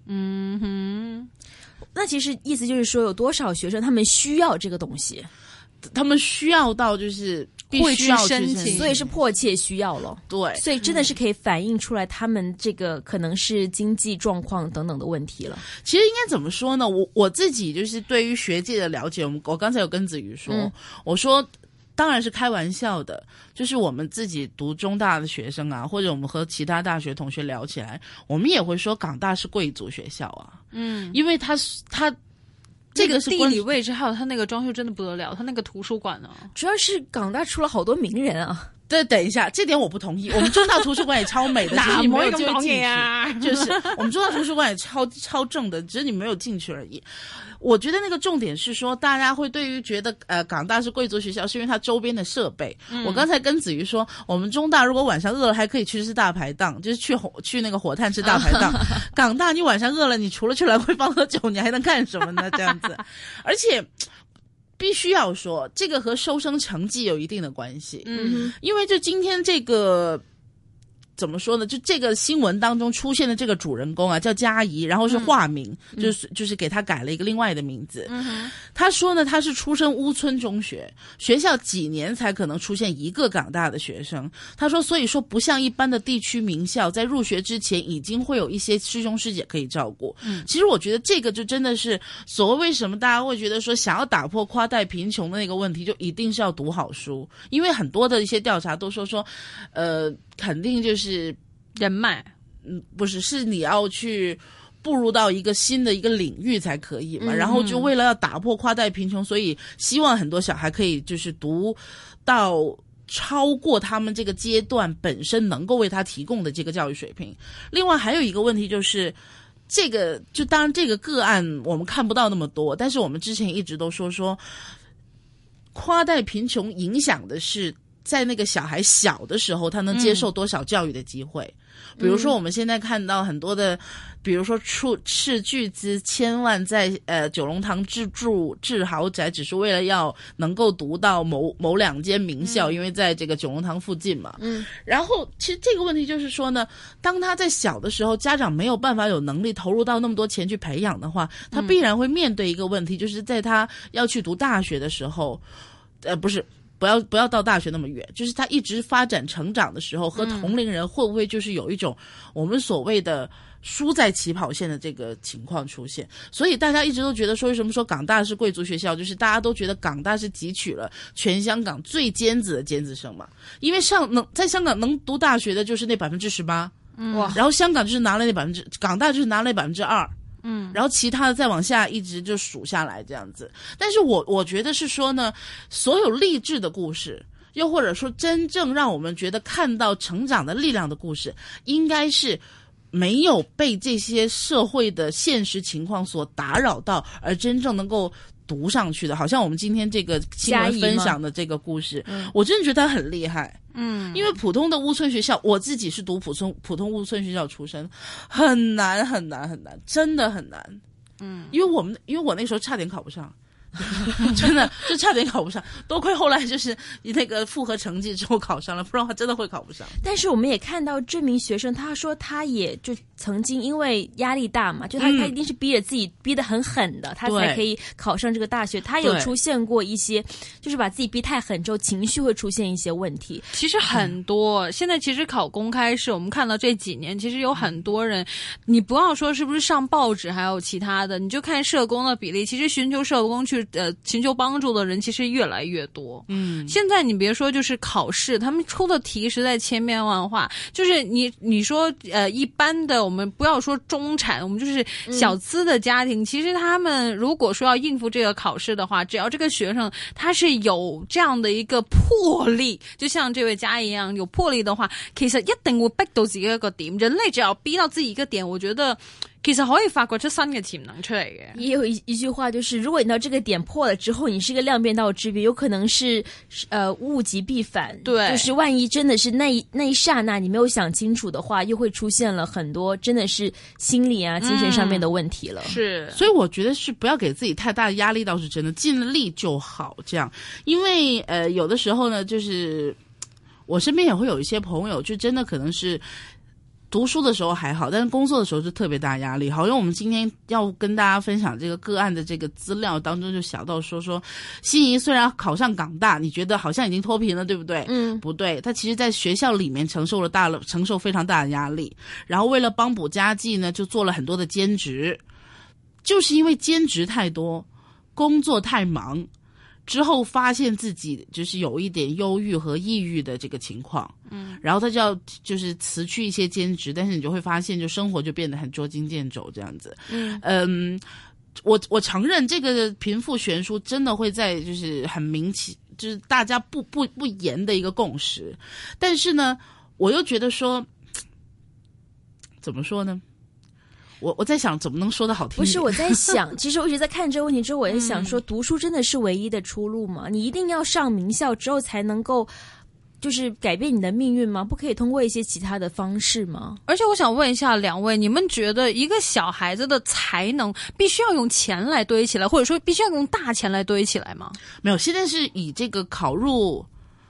那其實意思就是說，有多少學生他們需要這個東西， 他們需要到就是必須要申請， 所以是迫切需要了。 對， 所以真的是可以反映出來他們這個可能是經濟狀況等等的問題了。 其實應該怎麼說呢？我自己就是對於學界的了解，我剛才有跟子瑜說，我說當然是開玩笑的，就是我們自己讀中大的學生啊，或者我們和其他大學同學聊起來，我們也會說港大是貴族學校啊。因為它這個是地理位置，還有它那個裝修真的不得了，它那個圖書館呢， 主要是港大出了好多名人啊。 對，等一下，這點我不同意。我們中大圖書館也超美的，只是你沒有機會進去。就是我們中大圖書館也超正的，只是你沒有進去而已。我覺得那個重點是說，大家會對於覺得港大是貴族學校，是因為它周邊的設備。我剛才跟子瑜說，我們中大如果晚上餓了，還可以去吃大排檔，就是去那個火炭吃大排檔。港大你晚上餓了，你除了去來回坊喝酒，你還能幹什麼呢？這樣子，而且。 必须要说，这个和收生成绩有一定的关系。因为就今天这个怎么说呢？就这个新闻当中出现的这个主人公啊，叫嘉怡，然后是化名，就是给他改了一个另外的名字。他说呢，他是出身乌村中学，学校几年才可能出现一个港大的学生。他说，所以说不像一般的地区名校，在入学之前已经会有一些师兄师姐可以照顾。其实我觉得这个就真的是所谓为什么大家会觉得说想要打破夸代贫穷的那个问题，就一定是要读好书，因为很多的一些调查都说肯定就是人脉， 不是，是你要去步入到一个新的一个领域才可以嘛。然后就为了要打破夸代贫穷，所以希望很多小孩可以就是读到超过他们这个阶段本身能够为他提供的这个教育水平。另外还有一个问题就是这个，就当然这个个案我们看不到那么多，但是我们之前一直都说夸代贫穷影响的是在那个小孩小的时候他能接受多少教育的机会。比如说我们现在看到很多的，比如说斥巨资千万在九龙塘置豪宅，只是为了要能够读到某两间名校，因为在这个九龙塘附近嘛。然后其实这个问题就是说呢，当他在小的时候家长没有办法有能力投入到那么多钱去培养的话，他必然会面对一个问题，就是在他要去读大学的时候，不要到大学那么远，就是他一直发展成长的时候，和同龄人会不会就是有一种我们所谓的输在起跑线的这个情况出现。所以大家一直都觉得说，为什么说港大是贵族学校，就是大家都觉得港大是汲取了全香港最尖子的尖子生嘛。因为在香港能读大学的就是那 18%，然后香港就是拿了港大就是拿了那 2%。然后其他的再往下一直就数下来这样子。但是我觉得是说呢，所有励志的故事，又或者说真正让我们觉得看到成长的力量的故事，应该是没有被这些社会的现实情况所打扰到，而真正能够读上去的。好像我们今天这个新闻分享的这个故事，我真的觉得他很厉害。因为普通的乌村学校，我自己是读普通乌村学校出身，很难很难很难，真的很难。因为我那时候差点考不上。真的就差点考不上，多亏后来就是那个复合成绩之后考上了，不然的话真的会考不上。 但是我们也看到这名学生，他说他也就曾经因为压力大嘛，就他一定是逼着自己逼得很狠的，他才可以考上这个大学。他有出现过一些就是把自己逼太狠之后情绪会出现一些问题。 其实很多现在其实考公开试，我们看到这几年其实有很多人，你不要说是不是上报纸还有其他的，你就看社工的比例，其实寻求社工去寻求帮助的人其实越来越多。现在你别说就是考试，他们出的题实在千变万化。就是你说一般的，我们不要说中产，我们就是小资的家庭，其实他们如果说要应付这个考试的话，只要这个学生他是有这样的一个魄力，就像这位嘉一样有魄力的话，其實一定會逼到自己一個點。人類只要逼到自己一個點，我覺得其實可以發掘出新嘅潛能出嚟嘅。 也有一句話，就是如果你到這個點破了之後，你是一個量變到質變，有可能是物極必反。 對， 就是萬一真的是那一剎那你沒有想清楚的話，又會出現了很多真的是心理啊精神上面的問題了。 是，所以我覺得是不要給自己太大的壓力，倒是真的盡力就好這樣。因為有的時候呢，就是我身邊也會有一些朋友，就真的可能是讀書的時候還好，但是工作的時候就特別大壓力。好像我們今天要跟大家分享這個個案的這個資料當中，就想到說心怡雖然考上港大，你覺得好像已經脫貧了，對不對？不對，他其實在學校裡面承受非常大的壓力，然後為了幫補家計呢，就做了很多的兼職，就是因為兼職太多，工作太忙，之後發現自己就是有一點憂鬱和抑鬱的這個情況，然後他就要就是辭去一些兼職，但是你就會發現就生活就變得很捉襟見肘這樣子。我承認這個貧富懸殊真的會在就是很明顯，就是大家不言的一個共識，但是呢我又覺得說怎麼說呢，我在想怎麼能說得好聽。 不是，我在想其實我一直在看這個問題之後，我也想說讀書真的是唯一的出路嗎？你一定要上名校之後才能夠就是改变你的命运吗？不可以通过一些其他的方式吗？ 而且我想问一下两位，你们觉得一个小孩子的才能必须要用钱来堆起来，或者说必须要用大钱来堆起来吗？ 没有，现在是以这个考入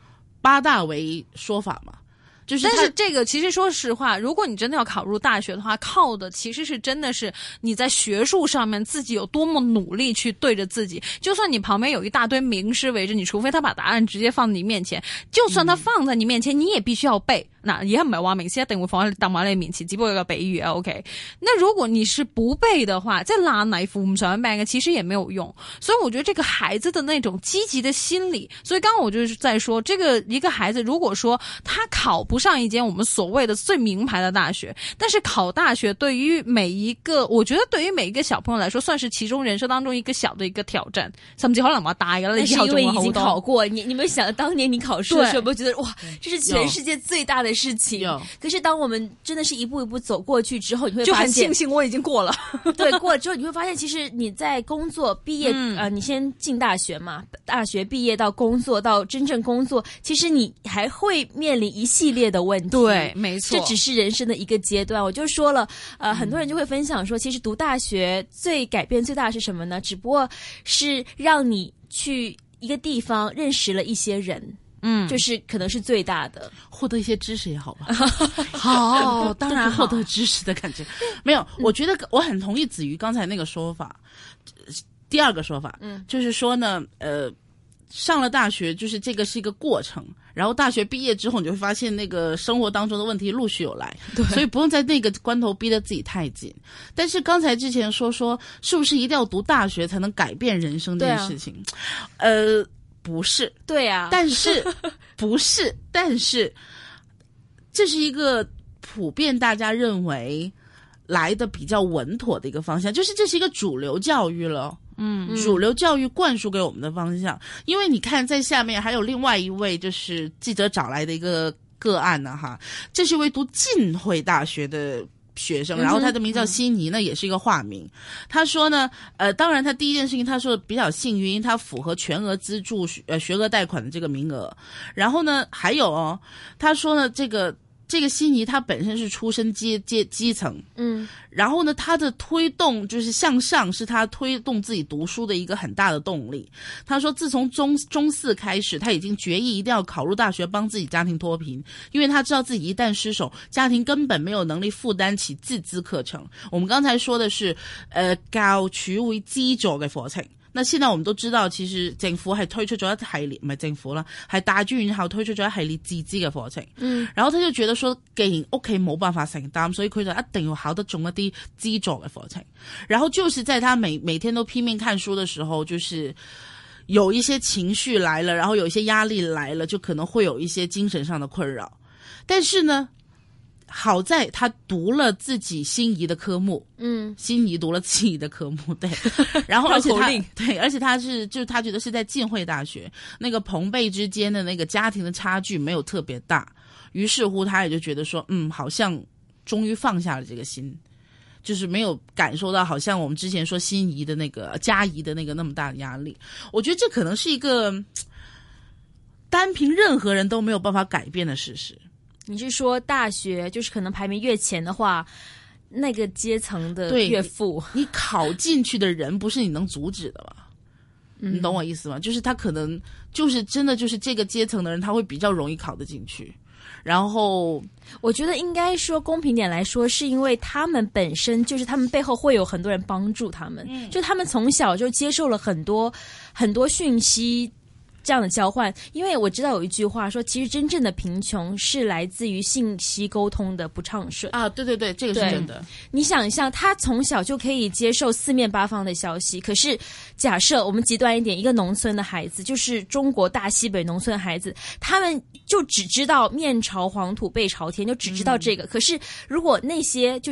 8大为说法嘛。就是但是这个其实说实话，如果你真的要考入大学的话，靠的其实是真的是你在学术上面自己有多么努力去对着自己。就算你旁边有一大堆名师围着你，除非他把答案直接放在你面前，就算他放在你面前，你也必须要背。嗱，而家唔係話名師一定會放喺揼喺你面前，只不過有個比喻啊 ，OK。那如果你是不背的話，即係爛泥扶唔上病嘅，其實也沒有用。所以我覺得這個孩子的那種積極的心理，所以剛剛我就是在說，這個一個孩子如果說他考不上一間我們所謂的最名牌的大學，但是考大學對於每一個，我覺得對於每一個小朋友來說，算是其中人生當中一個小的一個挑戰，甚至可能話大嘅啦。 但是因為已經考過，你們想當年你考試的時候，有沒有覺得哇，這是全世界最大的事情？可是當我們真的是一步一步走過去之後，你會發現就很慶幸我已經過了。 對，過了之後你會發現，其實你在工作畢業，你先進大學嘛，大學畢業到工作到真正工作，其實你還會面臨一系列的問題。 對，沒錯， 這只是人生的一個階段。我就說了，很多人就會分享說，其實讀大學最改變最大的是什麼呢？只不過是讓你去一個地方認識了一些人。就是可能是最大的， 获得一些知識也好吧。好，當然獲得知識的感覺。沒有，我覺得我很同意子瑜剛才那個說法。第二個說法，就是說呢，上了大學，就是這個是一個過程。然後大學畢業之後，你就會發現那個生活當中的問題陸續有來，所以不用在那個關頭逼得自己太緊。但是剛才之前說是不是一定要讀大學才能改變人生這件事情？不是， 對啊， 但是不是，但是這是一個普遍大家認為來的比較穩妥的一個方向，就是這是一個主流教育了。主流教育灌輸給我們的方向。因為你看在下面還有另外一位就是記者找來的一個案呢，哈，這是一位讀浸會大學的學生，然後他的名叫悉尼呢，也是一個化名。他說呢，當然他第一件事情他說比較幸運，他符合全額資助學額貸款的這個名額。然後呢，還有他說呢，這個悉尼他本身是出身基層，然後呢，他的推動就是向上，是他推動自己讀書的一個很大的動力。他說，自從中四開始，他已經決意一定要考入大學，幫自己家庭脫貧，因為他知道自己一旦失手，家庭根本沒有能力負擔起自資課程。我們剛才說的是，教署會資助嘅課程。那現在我們都知道，其實政府係推出咗一系列，唔係政府啦，係大專院校推出咗一系列自資嘅課程。然後他就覺得說，既然屋企冇辦法承擔，所以佢就一定要考得中一啲資助嘅課程。然後就是在他每天都拼命看書的時候，就是有一些情緒來了，然後有一些壓力來了，就可能會有一些精神上的困擾。但是呢，好在他讀了自己心儀的科目，心儀讀了自己的科目，對，然後而且他是就是他覺得是在浸會大學，那個朋輩之間的那個家庭的差距沒有特別大，於是乎他也就覺得說，好像終於放下了這個心，就是沒有感受到好像我們之前說心儀的那個家儀的那個那麼大的壓力。我覺得這可能是一個單憑任何人都沒有辦法改變的事實。 你是說大學就是可能排名越前的話，那個階層的越富， 你考進去的人不是你能阻止的吧？你懂我意思嗎？就是他可能就是真的就是這個階層的人，他會比較容易考得進去。然後我覺得應該說公平點來說，是因為他們本身就是他們背後會有很多人幫助他們，就他們從小就接受了很多很多訊息。這樣的交換，因為我知道有一句話說，其實真正的貧窮是來自於信息溝通的不暢順啊。對對對，這個是真的。你想一下，他從小就可以接受四面八方的消息，可是假設我們極端一點，一個農村的孩子，就是中國大西北農村的孩子，他們就只知道面朝黃土背朝天，就只知道這個。可是如果那些就是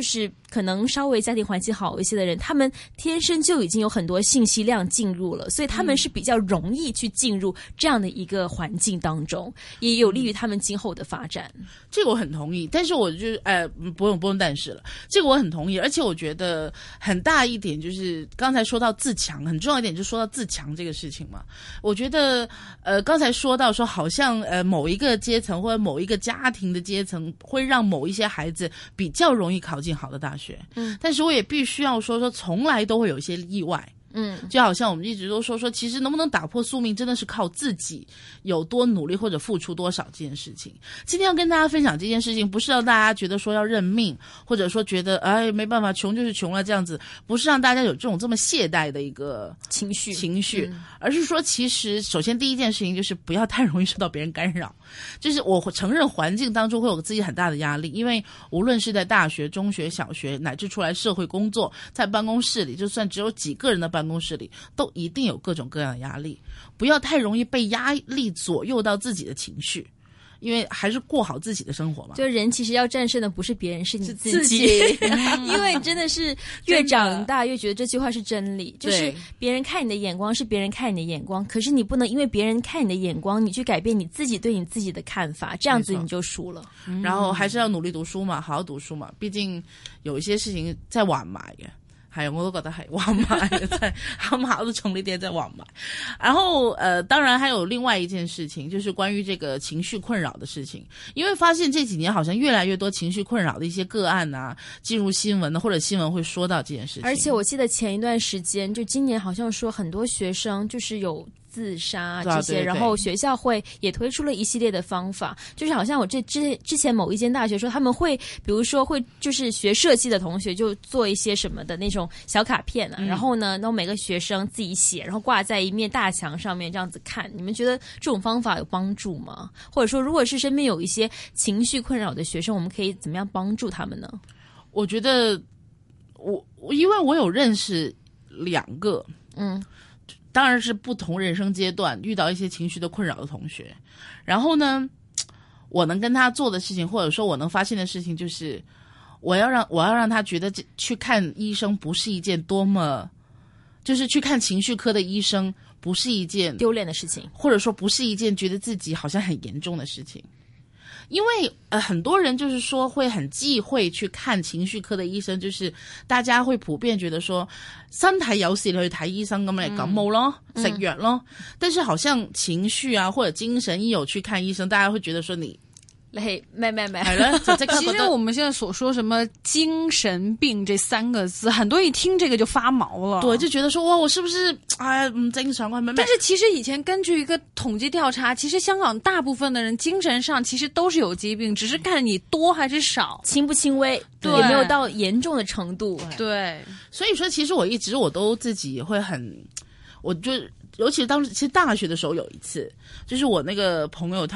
可能稍微家庭环境好一些的人，他们天生就已经有很多信息量进入了，所以他们是比较容易去进入这样的一个环境当中，也有利于他们今后的发展。 这个我很同意，但是我就不用但是了，这个我很同意，而且我觉得很大一点就是刚才说到自强，很重要一点就说到自强这个事情嘛。我觉得刚才说到说好像某一个阶层或者某一个家庭的阶层会让某一些孩子比较容易考进好的大学，但是我也必须要说从来都会有一些意外。就好像我们一直都说其实能不能打破宿命真的是靠自己有多努力或者付出多少这件事情。今天要跟大家分享这件事情，不是让大家觉得说要认命，或者说觉得没办法穷就是穷了这样子，不是让大家有这种这么懈怠的一个情绪，而是说其实首先第一件事情就是不要太容易受到别人干扰。就是我承认环境当中会有自己很大的压力，因为无论是在大学、中学、小学乃至出来社会工作，在办公室里，就算只有几个人的办公室里都一定有各种各样的压力，不要太容易被压力左右到自己的情绪，因为还是过好自己的生活嘛。 就人其实要战胜的不是别人，是你自己因为真的是越长大越觉得这句话是真理，就是别人看你的眼光是别人看你的眼光，可是你不能因为别人看你的眼光你去改变你自己对你自己的看法，这样子你就输了。 然后还是要努力讀書嘛，好好讀書嘛，畢竟有一些事情在玩埋嘅。係，我都覺得係玩埋嘅，在啱考到重呢啲在玩埋。然後當然還有另外一件事情，就是關於這個情緒困擾的事情，因為發現這幾年好像越來越多情緒困擾的一些個案啊，進入新聞的或者新聞會說到這件事情。 而且我記得前一段時間，就今年好像說很多學生就是有自殺這些，然後學校會也推出了一系列的方法，就是好像我之前某一間大學說他們會比如說會就是學設計的同學就做一些什麼的那種小卡片啊，然後呢每個學生自己寫，然後掛在一面大牆上面這樣子看。你們覺得這種方法有幫助嗎？或者說如果是身邊有一些情緒困擾的學生，我們可以怎麼樣幫助他們呢？ 我覺得因為我有認識兩個當然是不同人生階段遇到一些情緒的困擾的同學，然後呢我能跟他做的事情，或者說我能發現的事情，就是我要讓他覺得去看醫生不是一件多麼，就是去看情緒科的醫生不是一件丟臉的事情， 或者說不是一件覺得自己好像很嚴重的事情。因為很多人就是說會很忌諱去看情緒科的醫生，就是大家會普遍覺得說身體有事你去睇醫生咁嚟感冒咯，食藥咯。但是好像情緒啊或者精神一有去看醫生，大家會覺得說你沒其實我們現在所說什麼精神病這三個字，很多一聽這個就發毛了。 對，就覺得說哇，我是不是唔正常啊？ 但是其實以前根據一個統計調查，其實香港大部分的人精神上其實都是有疾病，只是看你多還是少， 輕不輕微，也沒有到嚴重的程度。 對， 所以說其實我都自己會很，我就尤其當時其實大學的時候有一次，就是我那個朋友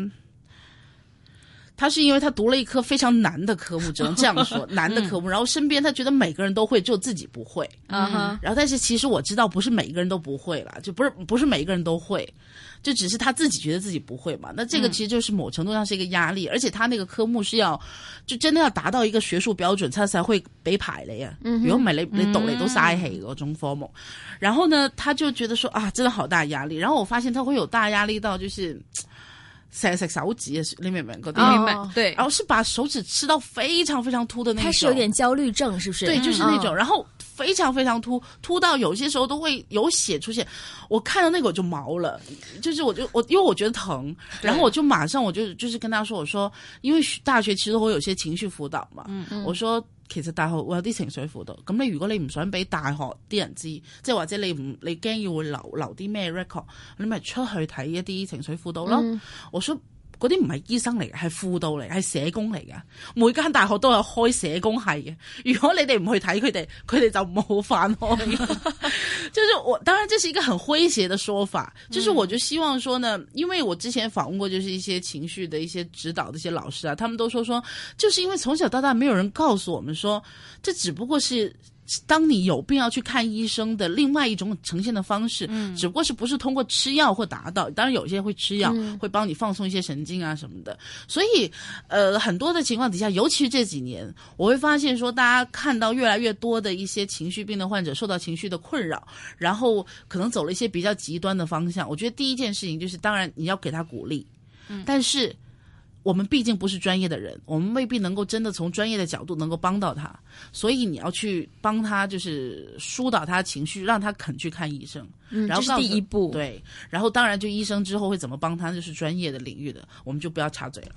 他是因為他讀了一科非常難的科目，只能這樣說難的科目，然後身邊他覺得每個人都會，就自己不會。然後但是其實我知道不是每個人都不會啦，就不是每個人都會，就只是他自己覺得自己不會嘛。那這個其實就是某程度上是一個壓力，而且他那個科目是就真的要達到一個學術標準，他才會俾排你啊。如果唔係你讀嚟都嘥氣嗰種科目。然後呢他就覺得說真的好大壓力，然後我發現他會有大壓力到就是成日食手指啊，你明唔明嗰啲？ 明白，對。 然後是把手指吃到非常非常凸的那種。 開始有點焦慮症，是不是？ 對，就是那種。然後非常非常凸到有些時候都會有血出現。我看到那個我就毛了，就是因為我覺得疼，然後我就馬上就是跟他說，我說因為大學其實會有些情緒輔導嘛，我說其實大學會有啲情緒輔導，咁如果你唔想俾大學啲人知，即係或者你驚要會留啲咩 record， 你咪出去睇一啲情緒輔導咯。我說嗰啲唔係醫生嚟嘅，係輔導嚟，係社工嚟嘅。每間大學都有開社工系嘅。如果你哋唔去睇佢哋就冇飯開。就是當然這是一個很詼諧的說法，就是我就希望說呢，因為我之前訪問過就是一些情緒的一些指導的一些老師啊，他們都說就是因為從小到大沒有人告訴我們說，這只不過是当你有病要去看医生的另外一种呈现的方式，只不过是不是通过吃药或达到，当然有些会吃药，会帮你放松一些神经啊什么的。所以很多的情况底下，尤其是这几年，我会发现说大家看到越来越多的一些情绪病的患者受到情绪的困扰，然后可能走了一些比较极端的方向。我觉得第一件事情就是，当然你要给他鼓励，但是我们毕竟不是专业的人，我们未必能够真的从专业的角度能够帮到他，所以你要去帮他，就是疏导他情绪，让他肯去看医生。然后这是第一步。 对，然后当然就医生之后会怎么帮他，就是专业的领域的，我们就不要插嘴了。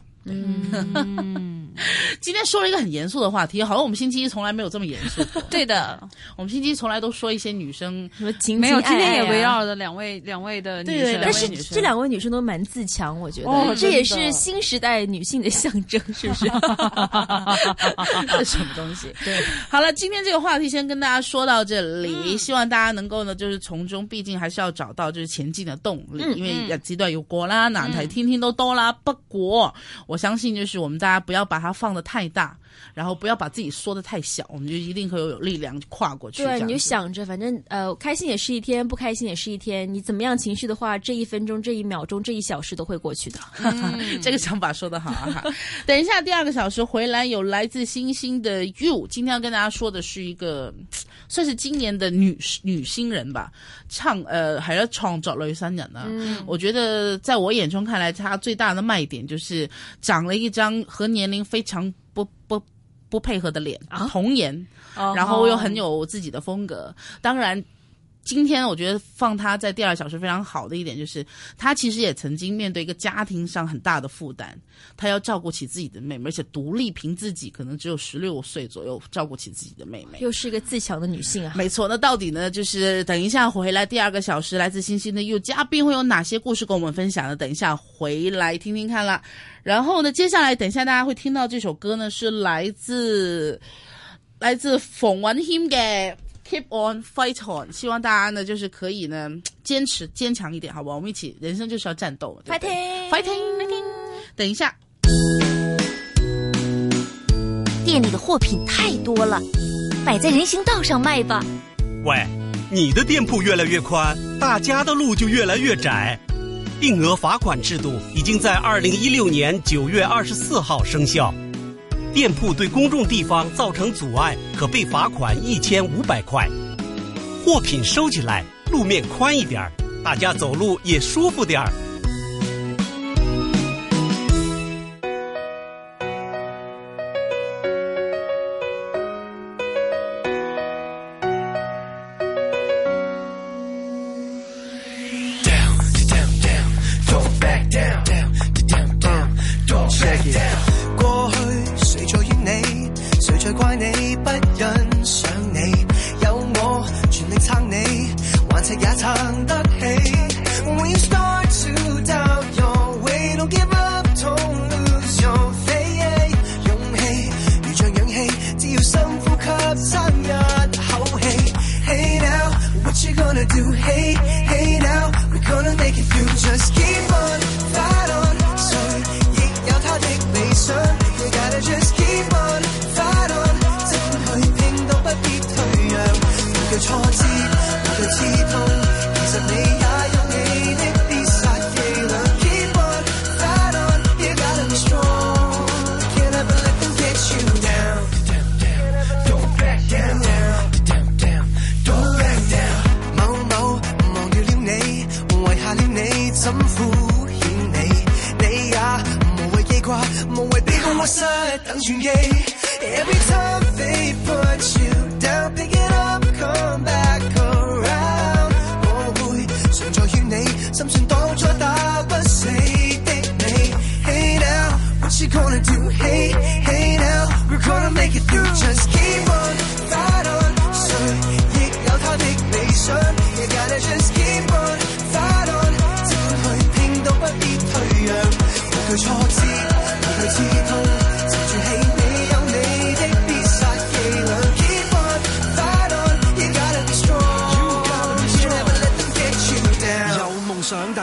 今天说了一个很严肃的话题，好像我们星期一从来没有这么严肃过。 对的， 我们星期一从来都说一些女生什么情没有，今天也围绕绕着两位的女生， 对， 但是这两位女生都蛮自强，我觉得、这也是新时代女性的象征，是不是？ 这什么东西？对，好了，今天这个话题先跟大家说到这里，希望大家能够呢，就是從中，畢竟還是要找到就是前進的動力，因為日子都有過啦，難題天天都多啦。不過我相信就是我們大家不要把它放得太大，然後不要把自己縮得太小，我們就一定會有力量跨過去。 對，你就想着反正開心也是一天，不開心也是一天，你怎麼樣情緒的話，這一分鐘、這一秒鐘、這一小時都會過去的。 這個想法說得好啊！等一下第二個小時回來有來自星星的 You， 今天要跟大家說的是一個算是今年的女新人吧，還有創作女新人啊。我覺得在我眼中看來，她最大的賣點就是長了一張和年齡非常不配合的臉，童顏，然後又很有自己的風格。當然今天我覺得放他在第二小時非常好的一點就是他其實也曾經面對一個家庭上很大的負擔，他要照顧起自己的妹妹，而且獨立憑自己可能只有16歲左右照顧起自己的妹妹， 又是一個自強的女性啊。 沒錯，那到底呢就是等一下回來第二個小時來自星星的有嘉賓會有哪些故事跟我們分享呢？等一下回來聽聽看啦。然後呢接下來等一下大家會聽到這首歌呢是來自馮允謙嘅Keep on, fight on， 希望大家呢就是可以呢堅強一點，好不好？我們一起，人生就是要戰鬥 ，fighting。等一下， 店裡的貨品太多了，擺在人行道上賣吧。 喂，你的店鋪越來越寬，大家的路就越來越窄。定額罰款制度已經在2016年9月24號生效。店鋪對公眾地方造成阻礙，可被罰款1500塊。貨品收起來，路面寬一點，大家走路也舒服點。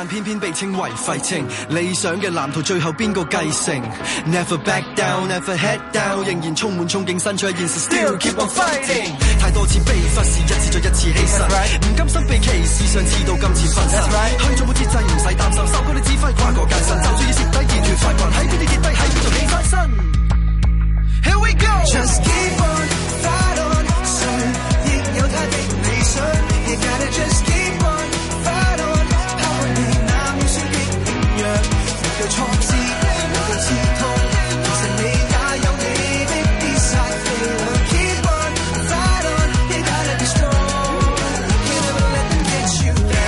但偏偏被稱為廢青。理想嘅藍圖最後邊個繼承 ？Never back down, never head down， 仍然充滿憧憬，身處喺現實 ，still keep on fighting。太多次被忽視，一次再一次犧牲，唔甘心被歧視，上次到今次分身。去做冇節制，唔使擔心，受過你指揮跨過界線，就算要蝕底熱血發奮，喺邊度跌低，喺邊度起翻身。Here we go, just keep on fight on， 誰亦有他的理想 ，You gotta just keep on fight on， 拋開你那渺小的形象，能夠創智，能夠刺痛，其實你也有你的必殺技能 ，Keep on fight on，You gotta be strong，You never let them get you down。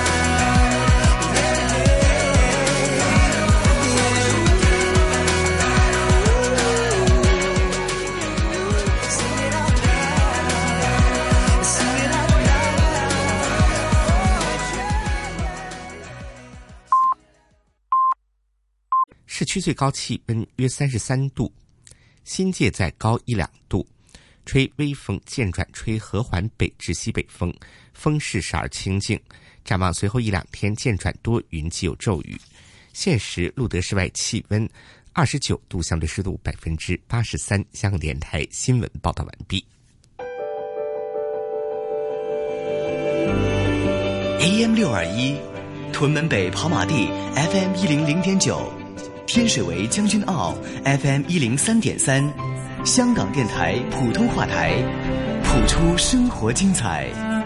市区最高气温约33度，新界再高1-2度，吹微风渐转吹和缓北至西北风，风势时而清劲。展望随后1-2天渐转多云及有骤雨。现时录得室外气温29度，相对湿度83%。香港电台新闻报道完毕。 AM 621，屯门北跑马地 FM 100.9，天水围将军澳 FM 103.3，香港电台普通话台，谱出生活精彩。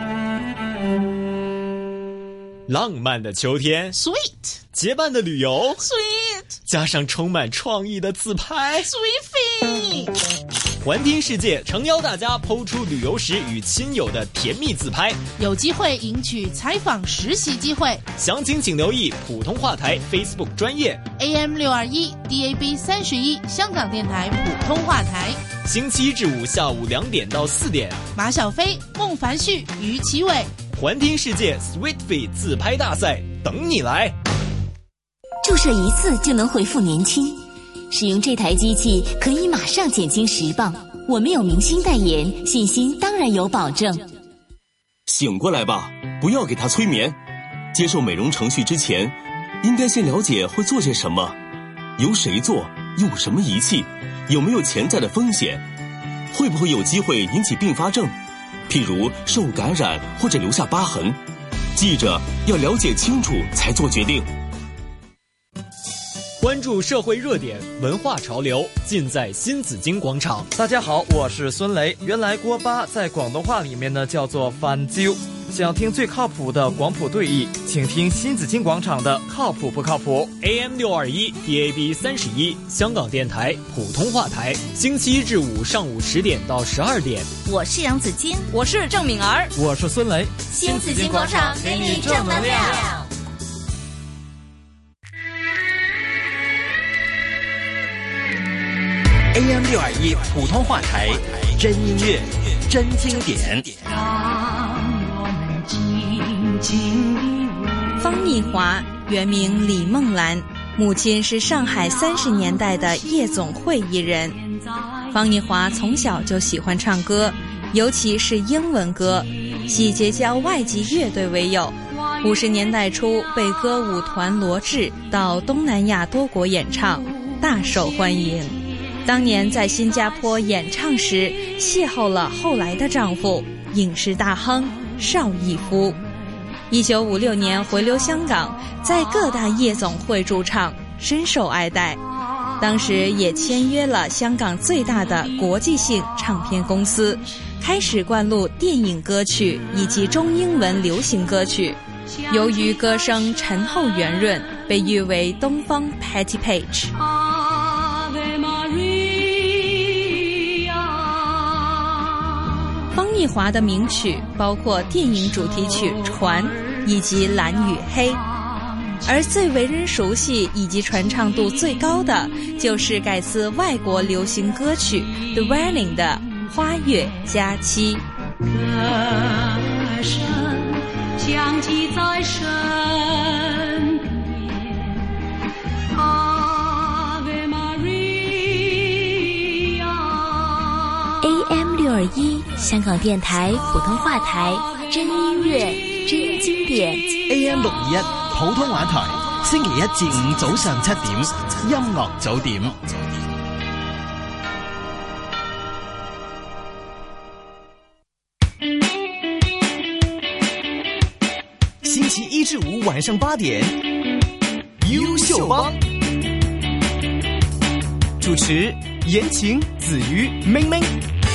浪漫的秋天 ，Sweet， 结伴的旅游 ，Sweet， 加上充满创意的自拍 ，Sweet。 环听世界诚邀大家抛出旅游时与亲友的甜蜜自拍， 有机会赢取采访实习机会。 详情请留意普通话台 Facebook 专页 AM 621 DAB 31香港电台普通话台。 星期一至五下午2点到4点， 马小飞、孟凡旭、于其伟， 环听世界 Sweet Feet 自拍大赛等你来。 注射一次就能恢复年轻。使用这台机器可以马上减轻10磅，我们有明星代言，信心当然有保证。 醒过来吧，不要给他催眠。接受美容程序之前，应该先了解会做些什么，由谁做，用什么仪器，有没有潜在的风险，会不会有机会引起并发症，譬如受感染或者留下疤痕。记着要了解清楚才做决定。 关注社会热点、文化潮流，尽在新紫荆广场。 大家好，我是孙雷。原来锅巴在广东话里面呢叫做番椒。想听最靠谱的广普对译，请听新紫荆广场的靠谱不靠谱。 AM 621 DAB 31香港电台普通话台，星期一至五上午10点到12点。 我是杨子金， 我是郑敏儿， 我是孙雷。 新紫荆广场给你正能量。 AM 621普通话台，真音乐，真经典。 方逸华原名李梦兰，母亲是上海30年代的夜总会艺人。方逸华从小就喜欢唱歌，尤其是英文歌，以结交外籍乐队为友。50年代初被歌舞团罗致到东南亚多国演唱，大受欢迎。当年在新加坡演唱时，邂逅了后来的丈夫影视大亨邵逸夫。1956年回流香港，在各大夜总会驻唱，深受爱戴。当时也签约了香港最大的国际性唱片公司，开始灌录电影歌曲以及中英文流行歌曲。由于歌声醇厚圆润，被誉为东方 Patti Page。方逸华的名曲包括电影主题曲《船》以及《蓝与黑》，而最为人熟悉以及传唱度最高的就是改自外国流行歌曲 The Wedding 的《花月佳期》。歌声响起在身边，Ave Maria。AM 621香港电台普通话台，真音乐， 真经典 AM621 普通話台，星期一至五早上7點，音樂早點。星期一至五晚上8點，優秀幫主持言情、子瑜、明明。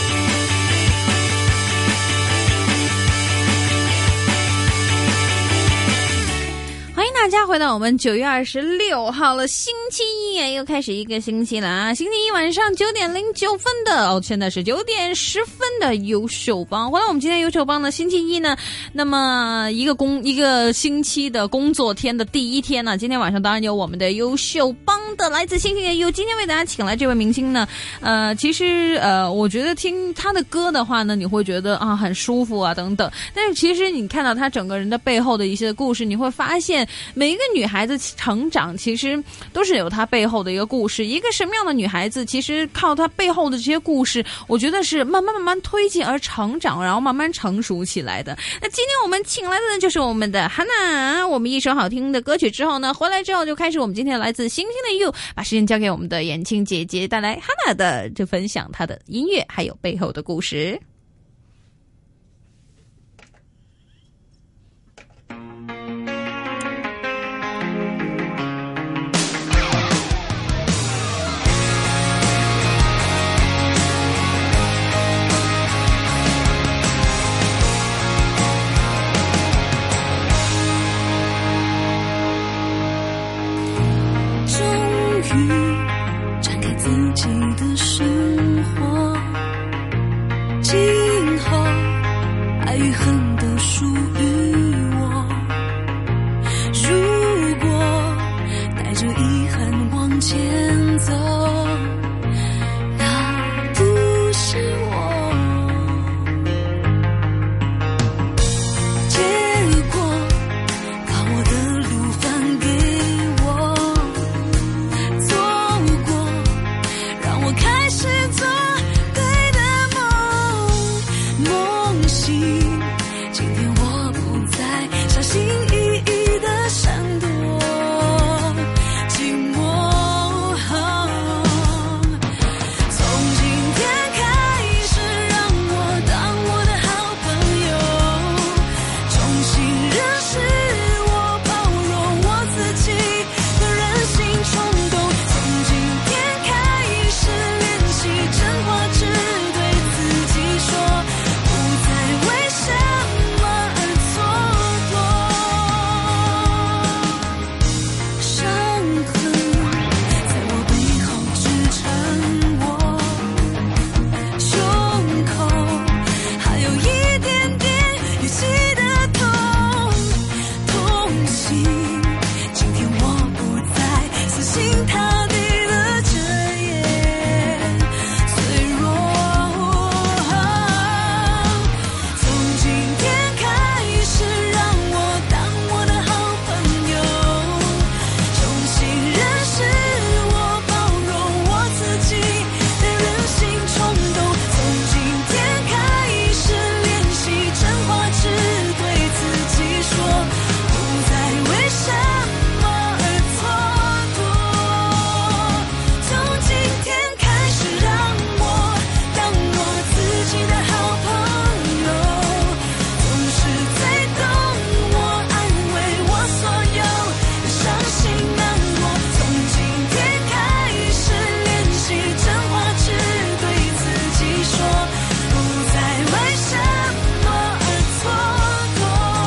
欢迎大家回到我们9月26号了，星期一又开始一个星期了啊！星期一晚上9点09分的现在是9点10分的优秀帮。回到我们今天优秀帮的星期一呢，那么一个星期的工作天的第一天呢，今天晚上当然有我们的优秀帮的来自星星的优，今天为大家请来这位明星呢，其实我觉得听他的歌的话呢，你会觉得啊很舒服啊等等，但是其实你看到他整个人的背后的一些故事，你会发现每一个女孩子成长其实都是有她背后的一个故事，一个什么样的女孩子其实靠她背后的这些故事，我觉得是慢慢推进而成长，然后慢慢成熟起来的。那今天我们请来的呢就是我们的 Hana， 我们一首好听的歌曲之后呢，回来之后就开始我们今天来自星星的 You， 把时间交给我们的言青姐姐，带来 Hana 的就分享她的音乐还有背后的故事。 展开自己的生活，今后爱与恨都属于我。如果带着遗憾往前走，那不是我。结果把我的路还给开始做对的梦醒。今天我不再小心翼翼的闪躲寂寞。从今天开始，让我当我的好朋友，重新认识我，包容我自己的任性冲动。从今天开始真话只对自己说，不再为什么而蹉跎。伤痕在我背后支撑我，胸口还有一点点预期的痛心。今天我不再死心塌地的遮掩脆弱。从今天开始，让我当我的好朋友，重新认识我，包容我自己的任性冲动。从今天开始练习真话只对自己说，不再为什么而蹉跎。从今天开始，让我当我自己的好朋友，总是最懂我，安慰我所有的伤心难过。从今天开始练习真话只对自己说，不再为什么而蹉跎。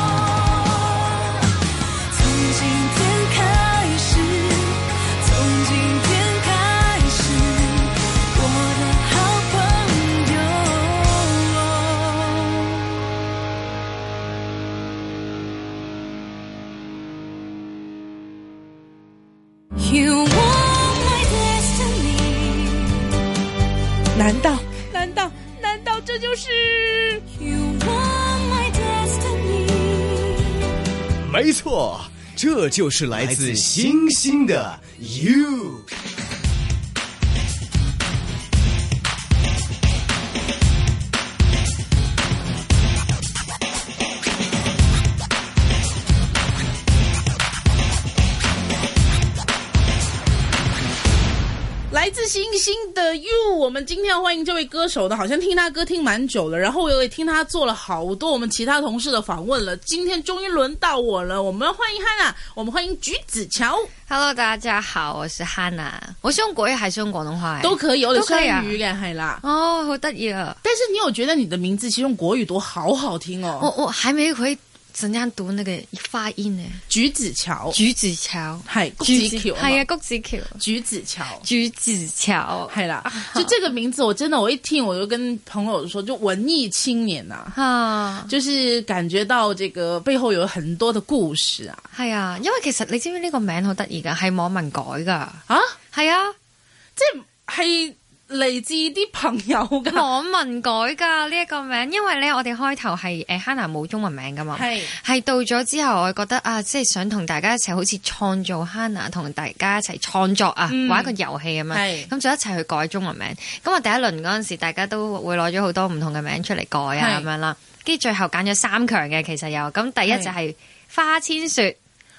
从今天开始，从今天开始，我的好朋友。You are my destiny。 难道这就是 You are my destiny。 没错，这就是来自星星的 You。 来自星星的 You， 我们今天要欢迎这位歌手的，好像听他歌听蛮久了，然后我也听他做了好多我们其他同事的访问了，今天终于轮到我了，我们要欢迎 Hannah， 我们欢迎橘子乔。 Hello， 大家好，我是 Hannah， 我是用國語還是用廣東話？ 都可以，我哋雙語嘅係啦。 哦，好得意啊！ 但是你有覺得你的名字其實用國語讀好好聽哦？ 我還沒會怎樣讀那個發音呢？ 橘子橋， 橘子橋係菊子橋， 係啊，菊子橋， 橘子橋， 橘子橋係啦。就這個名字，我真的我一聽我就跟朋友說，就文藝青年啊，就是感覺到這個背後有很多的故事啊。 係啊，因為其實你知唔知呢個名好得意㗎，係網民改㗎。 啊，係啊，即係嚟自啲朋友噶， 網民改噶呢一個名，因為咧我哋開頭係Hannah 冇中文名噶嘛，係到咗之後，我覺得啊，即係想同大家一齊好似創造Hannah，同大家一齊創作啊，玩一個遊戲咁樣，咁就一齊去改中文名。咁我第一輪嗰陣時，大家都會攞咗好多唔同嘅名出嚟改啊咁樣啦，跟住最後揀咗3強嘅，其實有咁第一就係花千雪，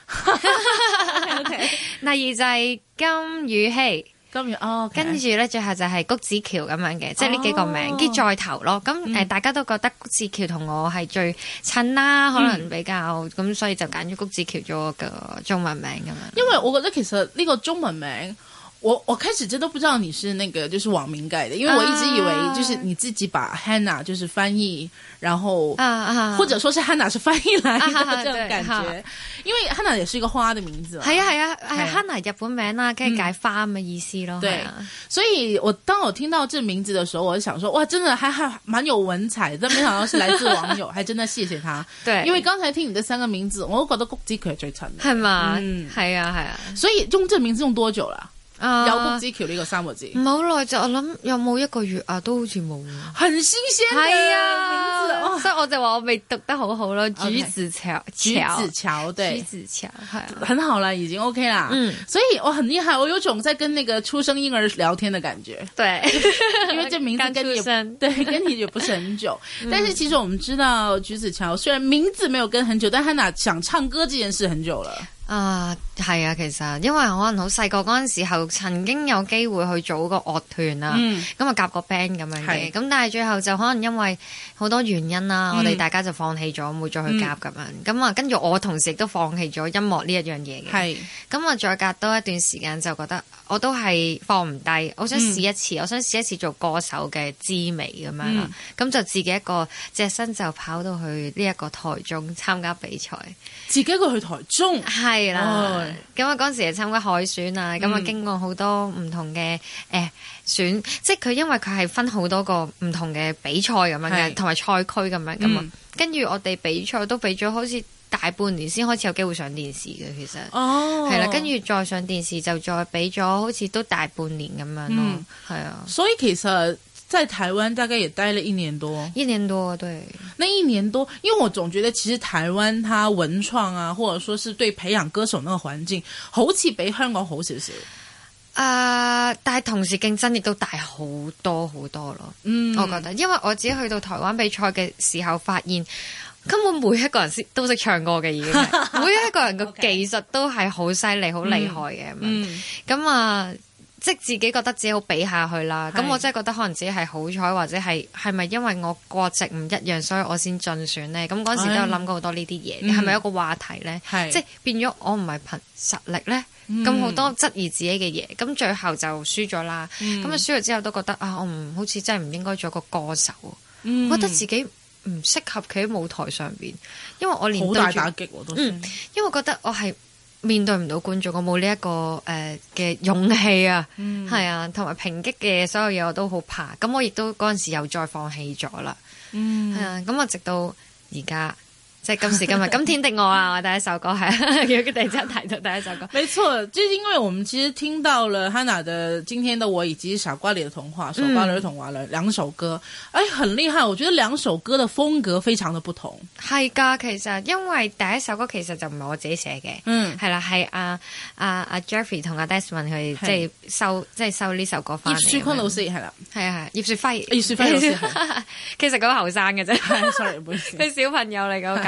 第二就係金宇希。跟住咧，最後就係菊子喬咁樣嘅，即係呢幾個名，跟住再投咯。咁大家都覺得菊子喬同我係最襯啦，可能比較咁，所以就揀咗菊子喬做個中文名咁樣。 因為我覺得其實呢個中文名，我開始真都不知道你是那個就是網民改的，因為我一直以為就是你自己把 Hannah 就是翻譯，然後或者說是 Hannah 是翻譯來的這種感覺。因為 Hannah 也是一個花的名字， 係啊，係 Hannah 日本名啦，跟住解花咁嘅意思咯。 對，所以當我聽到這名字的時候，我就想說，哇，真的還蠻有文采，但沒想到是來自網友，還真的謝謝他。對，因為剛才聽你的3個名字，我都覺得菊子喬係最襯嘅， 係嘛？係啊， 所以用這名字用多久啦？有菊子喬呢個3個字， 唔好耐就我諗有冇1個月啊，都好似冇， 很新鮮嘅名字， 所以我就話我未讀得好好咯。橘子橋， 橘子橋，對， 橘子橋，係啊， 很好啦，已經 OK 啦。所以我很厲害，我有種在跟那個出生嬰兒聊天的感覺。 對， 因為這名字跟你跟你也不是很久，但是其實我們知道橘子橋雖然名字沒有跟很久，但 Hannah 想唱歌這件事很久了。 係啊，其實因為可能好細個嗰陣時候曾經有機會去組個樂團啦，咁啊夾個 band 咁樣嘅，咁但係最後就可能因為好多原因啦，我哋大家就放棄咗，冇再去夾咁樣，咁啊跟住我同時亦都放棄咗音樂呢一樣嘢嘅，咁啊再隔多一段時間就覺得我都係放唔低，我想試一次，我想試一次做歌手嘅滋味咁樣啦，咁就自己一個隻身就跑到去呢一個台中參加比賽， 自己一個去台中。 係啦，咁啊嗰陣時係參加海選啊，咁啊經過好多唔同嘅選，即係佢因為佢係分好多個唔同嘅比賽咁樣嘅，同埋賽區咁樣咁啊。跟住我哋比賽都比咗好似大半年先開始有機會上電視嘅，其實係啦，跟住再上電視就再比咗好似都大半年咁樣咯，係啊。 所以其實在台灣大概也待了1年多 ，1年多，對。 那1年多，因為我總覺得其實台灣它文創啊，或者說是對培養歌手那個環境，好似比香港好少少。 但係同時競爭亦都大好多好多咯。我覺得，因為我自己去到台灣比賽嘅時候，發現根本每一個人都識唱歌嘅，已經每一個人嘅技術都係好犀利、好厲害嘅咁啊。即係自己覺得自己好比下去啦，咁我真係覺得可能自己係好彩，或者係咪因為我國籍唔一樣，所以我先進選呢？咁嗰陣時都有諗過好多呢啲嘢，係咪一個話題呢？即係變咗我唔係憑實力呢？咁好多質疑自己嘅嘢，咁最後就輸咗啦。咁啊輸咗之後都覺得啊，我唔好似真係唔應該做一個歌手，覺得自己唔適合企喺舞台上邊，因為我連好大打擊都因為覺得我係面對唔到觀眾，我冇呢一個嘅勇氣啊，係啊，同埋抨擊嘅所有嘢我都好怕，咁我亦都嗰陣時又再放棄咗啦，係啊，咁我直到而家。即係今時今日，今天的我啊，我第一首歌係，如果突然之間提到第一首歌， 沒錯，就是因為我們其實聽到了 Hannah 的今天的我以及傻瓜裡的童話、手瓜裡的童話了2首歌，很厲害，我覺得2首歌的風格非常的不同。 係㗎，其實因為第一首歌其實就唔係我自己寫嘅，係啦，係阿 Jeffrey 同阿 Desmond 佢即係收呢首歌翻嚟。葉樹坤老師係啦，係啊係葉雪輝老師，其實佢後生嘅啫，sorry 唔好意思，佢小朋友嚟嘅教。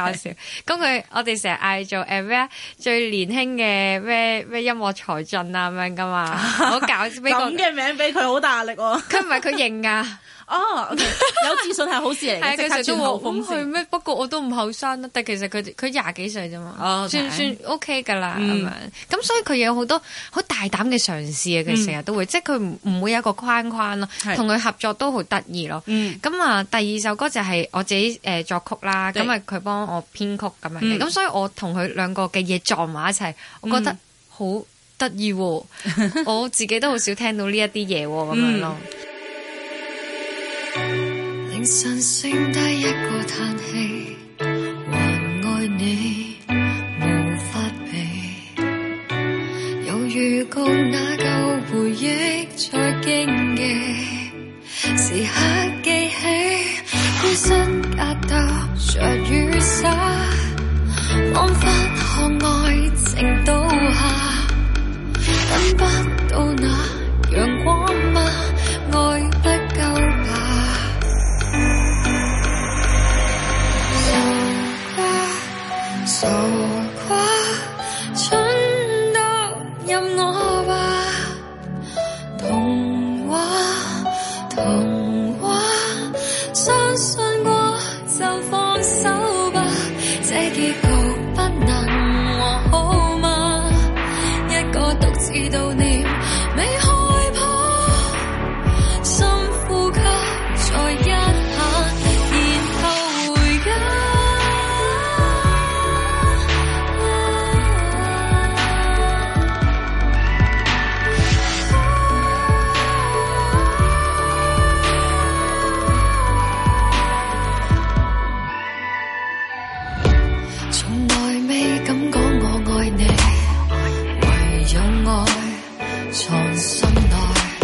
笑。咁我哋成日嗌做咩最年輕嘅咩音樂才俊啊咁樣噶嘛，好搞笑。 咁嘅名俾佢好大壓力喎。 佢唔係佢認㗎。 哦，有自信係好事嚟嘅，即刻轉口風先。 咩？不過我都唔後生啦，但其實佢廿幾歲啫嘛，算 OK 㗎啦咁樣。咁所以佢有好多好大膽嘅嘗試啊！佢成日都會，即係佢唔會有一個框框咯。同佢合作都好得意咯。咁啊，第二首歌就係我自己作曲啦，咁啊佢幫我編曲咁樣嘅。咁所以我同佢兩個嘅嘢撞埋一齊，我覺得好得意喎。我自己都好少聽到呢一啲嘢咁樣咯。 凌晨剩低一個嘆氣，還愛你無法避，有預告那舊回憶在驚奇，時刻記起孤身格鬥着雨灑，彷彿看愛情倒下，等不到那陽光嗎？愛不夠吧。傻瓜，蠢到任我吧，童話，相信過就放手吧，這結局不能和好嗎？一個獨自悼念，未害怕，深呼吸，再一下，然後回家。藏心內，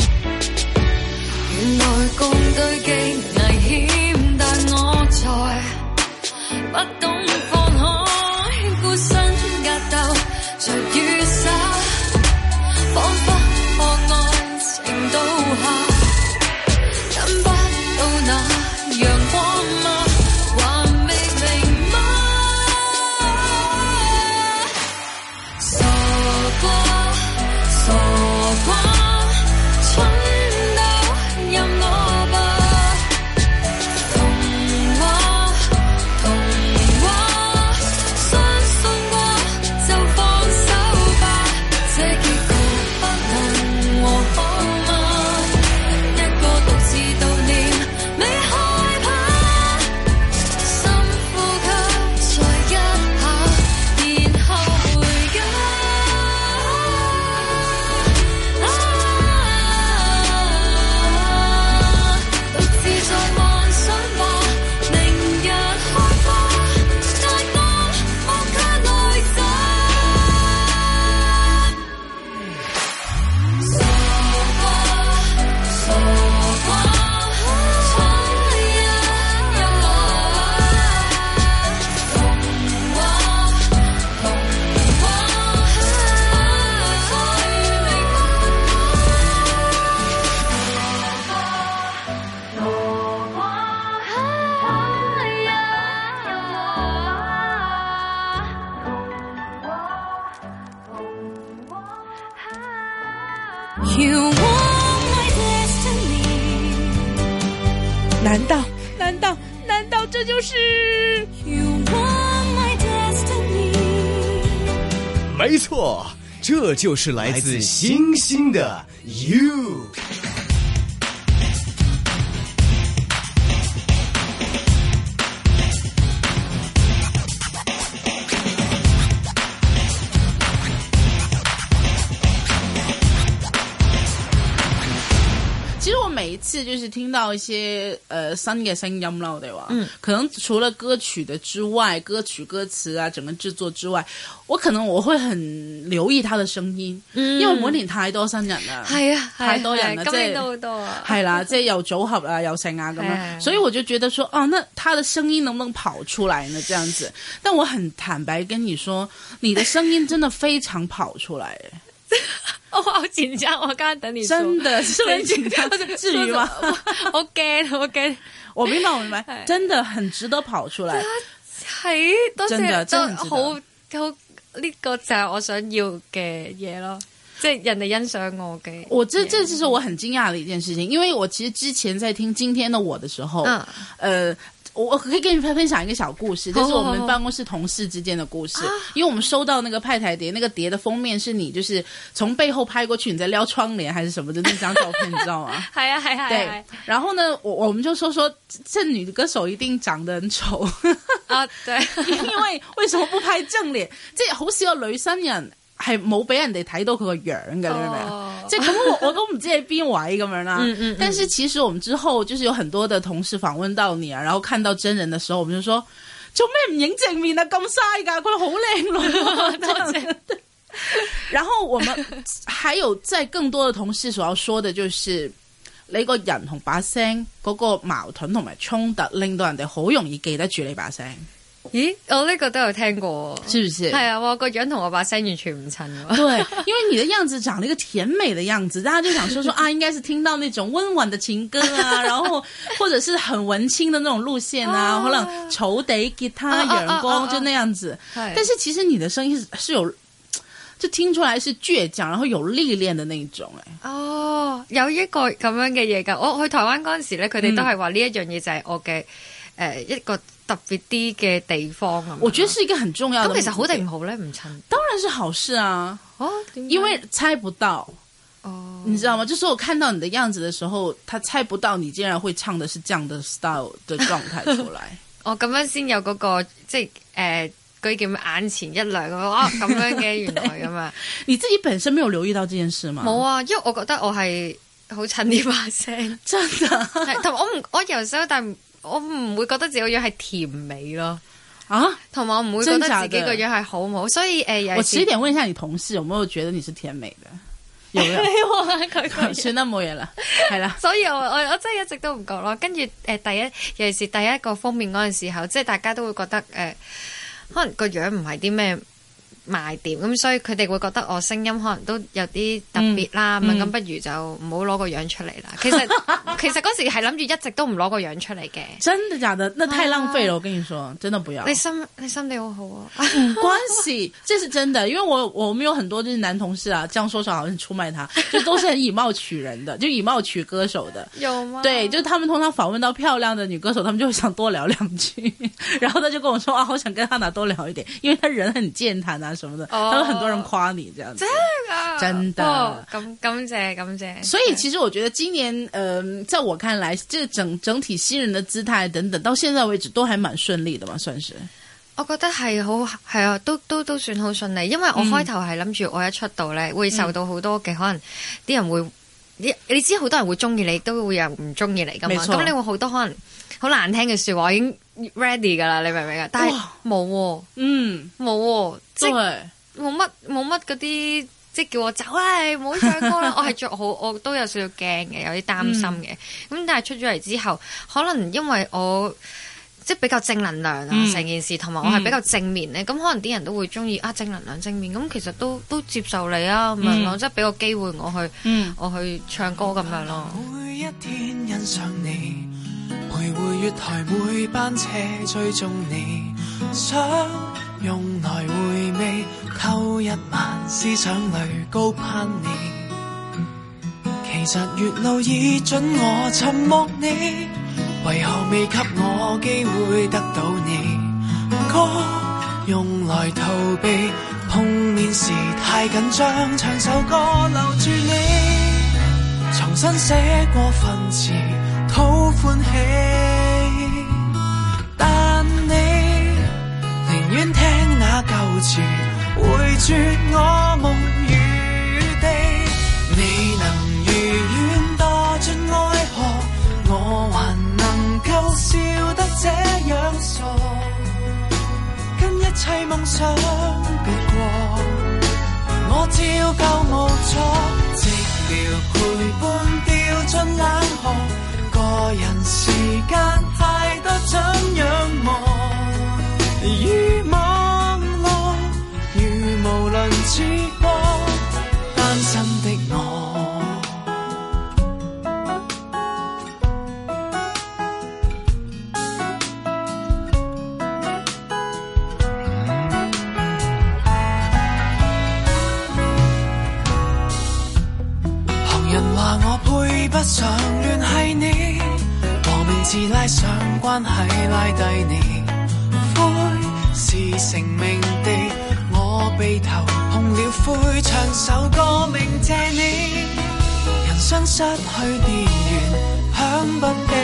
原來共對極危險，但我在不懂放開，孤身格鬥着雨灑，彷彿看愛情倒下，等不到那陽光嗎？還未明嗎？傻瓜。蠢到任我吧，童話，相信過就放手吧，這結局不能和好嗎？一個獨自悼念，未害怕，深呼吸，再一下，然後回家。难道这就是没错，这就是来自星星的 You。 每一次就是聽到一些新嘅聲音啦，我哋話，可能除了歌曲的之外，歌曲歌詞啊，整個製作之外，我會很留意他的聲音，因為每年太多新人啦，係啊，太多人啦， 今年都好多啊， 係啦，即係有組合啊，有成啊咁樣，所以我就覺得說，哦，那他的聲音能不能跑出來呢？這樣子，但我很坦白跟你說，你的聲音真的非常跑出來。 我好緊張，我剛剛等你說， 真的是很緊張，至於嗎？ 我驚， 我明白，真的很值得跑出來。 係多真的謝真的都好呢個就係我想要嘅嘢咯，即係人哋欣賞我嘅。 這就是我很驚訝的一件事情，因為我其實之前在聽今天的我的時候，我可以跟你分享一個小故事，這是我們辦公室同事之間的故事。因為我們收到那個派台碟，那個碟的封面是你就是從背後拍過去，你在撩窗簾還是什麼的那張照片，你知道嗎？ 係啊， 對。然後呢，我們就說這女歌手一定長得很醜啊，對， 因為什麼不拍正臉？即係好少有女新人係冇俾人哋睇到佢個樣嘅，你明唔明啊？即係咁我都唔知係邊位咁樣啦。但是其實我們之後就是有很多的同事訪問到你啊，然後看到真人的時候，我們就說做咩唔影正面啊？咁嘥㗎，佢好靚女啊！多謝。然後我們還有在更多的同事所要說的，就是你個人同把聲嗰個矛盾同埋衝突，令到人哋好容易記得住你把聲。 咦，我呢個都有聽過， 是不是？ 係啊，我個樣同我把聲完全唔襯喎。 對，因為你的樣子長了一個甜美的樣子，大家就想說啊，應該是聽到那種溫婉的情歌啊，然後或者是很文青的那種路線啊，可能草地吉他陽光就那樣子。但是其實你的聲音是有，就聽出來是倔強，然後有歷練的那一種。 哦，有一個咁樣嘅嘢㗎。我去台灣嗰陣時咧，佢哋都係話呢一樣嘢就係我嘅一個特別啲嘅地方啊。 我覺得是一個很重要的。 咁其實好定唔好咧？唔襯， 當然是好事啊。 哦， 因為猜不到。哦，你知道嗎？就是我看到你的樣子的時候，他猜不到你竟然會唱的是這樣的 style 的狀態出來。 哦，咁樣先有嗰個即係嗰啲叫咩眼前一亮咁樣嘅原來咁啊！ 你自己本身沒有留意到這件事嗎？ 冇啊，因為我覺得我係好襯呢把聲， 真㗎。 同我由細到大，我唔會覺得自己個樣係甜美咯。 啊， 同埋我唔會覺得自己個樣係好唔好，所以我遲點問一下你同事有沒有覺得你是甜美的？有沒有？佢算啦，冇嘢啦，係啦。 所以我真係一直都唔覺咯。跟住尤其是第一個封面嗰陣時候，即係大家都會覺得可能個樣唔係啲咩賣點，咁所以佢哋會覺得我聲音可能都有啲特別啦，咁不如就唔好攞個樣出嚟啦。其實嗰時係諗住一直都唔攞個樣出嚟嘅。 真的假的？那太浪費了，我跟你說，真的不要。 你心地好好啊， 唔關係，這是真的，因為我們有很多就是男同事啊，這樣說好像出賣他，就都是很以貌取人的，就以貌取歌手的。 有嗎？ 對，就他們通常訪問到漂亮的女歌手，他們就會想多聊兩句，然後他就跟我說啊，好想跟他多聊一點，因為他人很健談啊什麼的，他有很多人誇你這樣子。真的， 感謝。 所以其實我覺得今年在我看來，這整體新人的姿態等等，到現在為止都還蠻順利的嘛，算是。 我覺得係啊，都算好順利，因為我開頭係諗住我一出道咧，會受到好多嘅可能啲人會，你知好多人會中意你，都會有人唔中意你噶嘛。咁你會好多可能好難聽嘅說話已經 ready 噶啦，你明唔明啊？但係冇喎，冇喎，即係冇乜嗰啲。即係叫我走啦，唔好唱歌啦！我都有少少驚嘅，有啲擔心嘅。咁但係出咗嚟之後，可能因為我即係比較正能量啊，成件事同埋我係比較正面咧，咁可能啲人都會中意啊正能量正面。咁其實都接受你啊咁樣咯，即係俾個機會我去唱歌咁樣咯。 每一天欣賞你，徘徊月台每班車追蹤你，想用來回味。偷一晚思想裏高攀你，其實月路已准我沉默你，為何未給我機會得到你？歌用來逃避，碰面時太緊張，唱首歌留住你，重新寫過份詞討歡喜，但你寧願聽那舊詞回絕我夢與地，你能如願墮進愛河，我還能夠笑得這樣傻，跟一切夢想別過，我照舊無錯，寂寥陪伴掉進冷河，個人時間太多怎樣磨，如網絡無論直播，單身的我。 話我配不上聯繫你，和名字拉上關係拉低你，灰是成名地，我鼻頭碰了灰，唱首歌鳴謝你，人生失去電源響不起，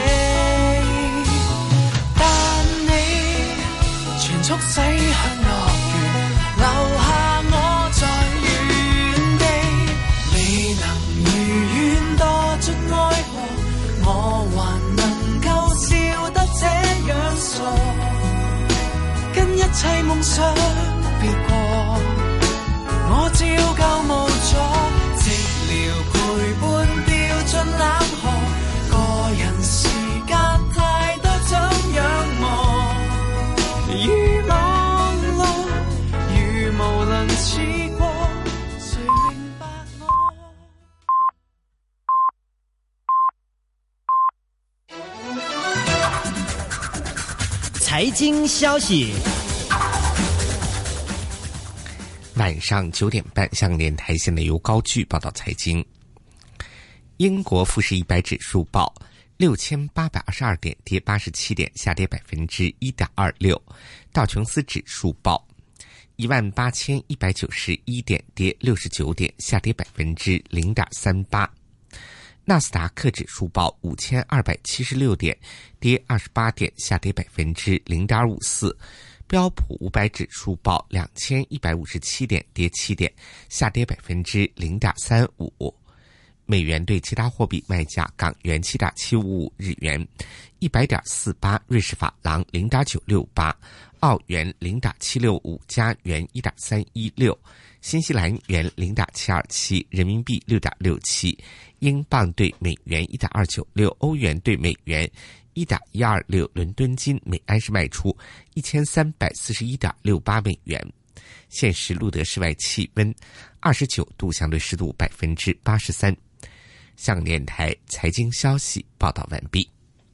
但你全速駛向樂園，留下我在原地，未能如願墮進愛河，我還能夠笑得這樣傻，跟一切夢想別過，我照舊無助，寂寥陪伴掉進冷河，個人時間太多怎仰望，如網絡如無能似過，誰明白我？ 財經消息， 晚上9點半，香港電台現在由高炬報道財經。英國富時100指數報6822點，跌87點，下跌1.26%。道瓊斯指數報18191點，跌69點，下跌0.38%。纳斯达克指数報5276點，跌28點，下跌0.54%。標普500指數報2157點，跌7點，下跌0.35%。美元對其他貨幣賣價：港元7.755，日元100.48，瑞士法郎0.968，澳元0.765，加元1.316，新西蘭元0.727，人民幣6.67，英鎊對美元1.296，歐元對美元1.126，倫敦金每安士賣出1341.68美元。現時錄得室外氣溫29度，相對濕度83%。香港電台財經消息報道完畢。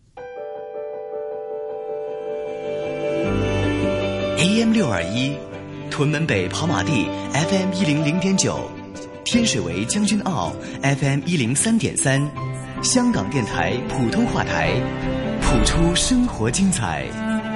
AM 621，屯門北跑馬地 FM 100.9，天水圍將軍澳 FM 103.3，香港電台普通話台，譜出生活精彩。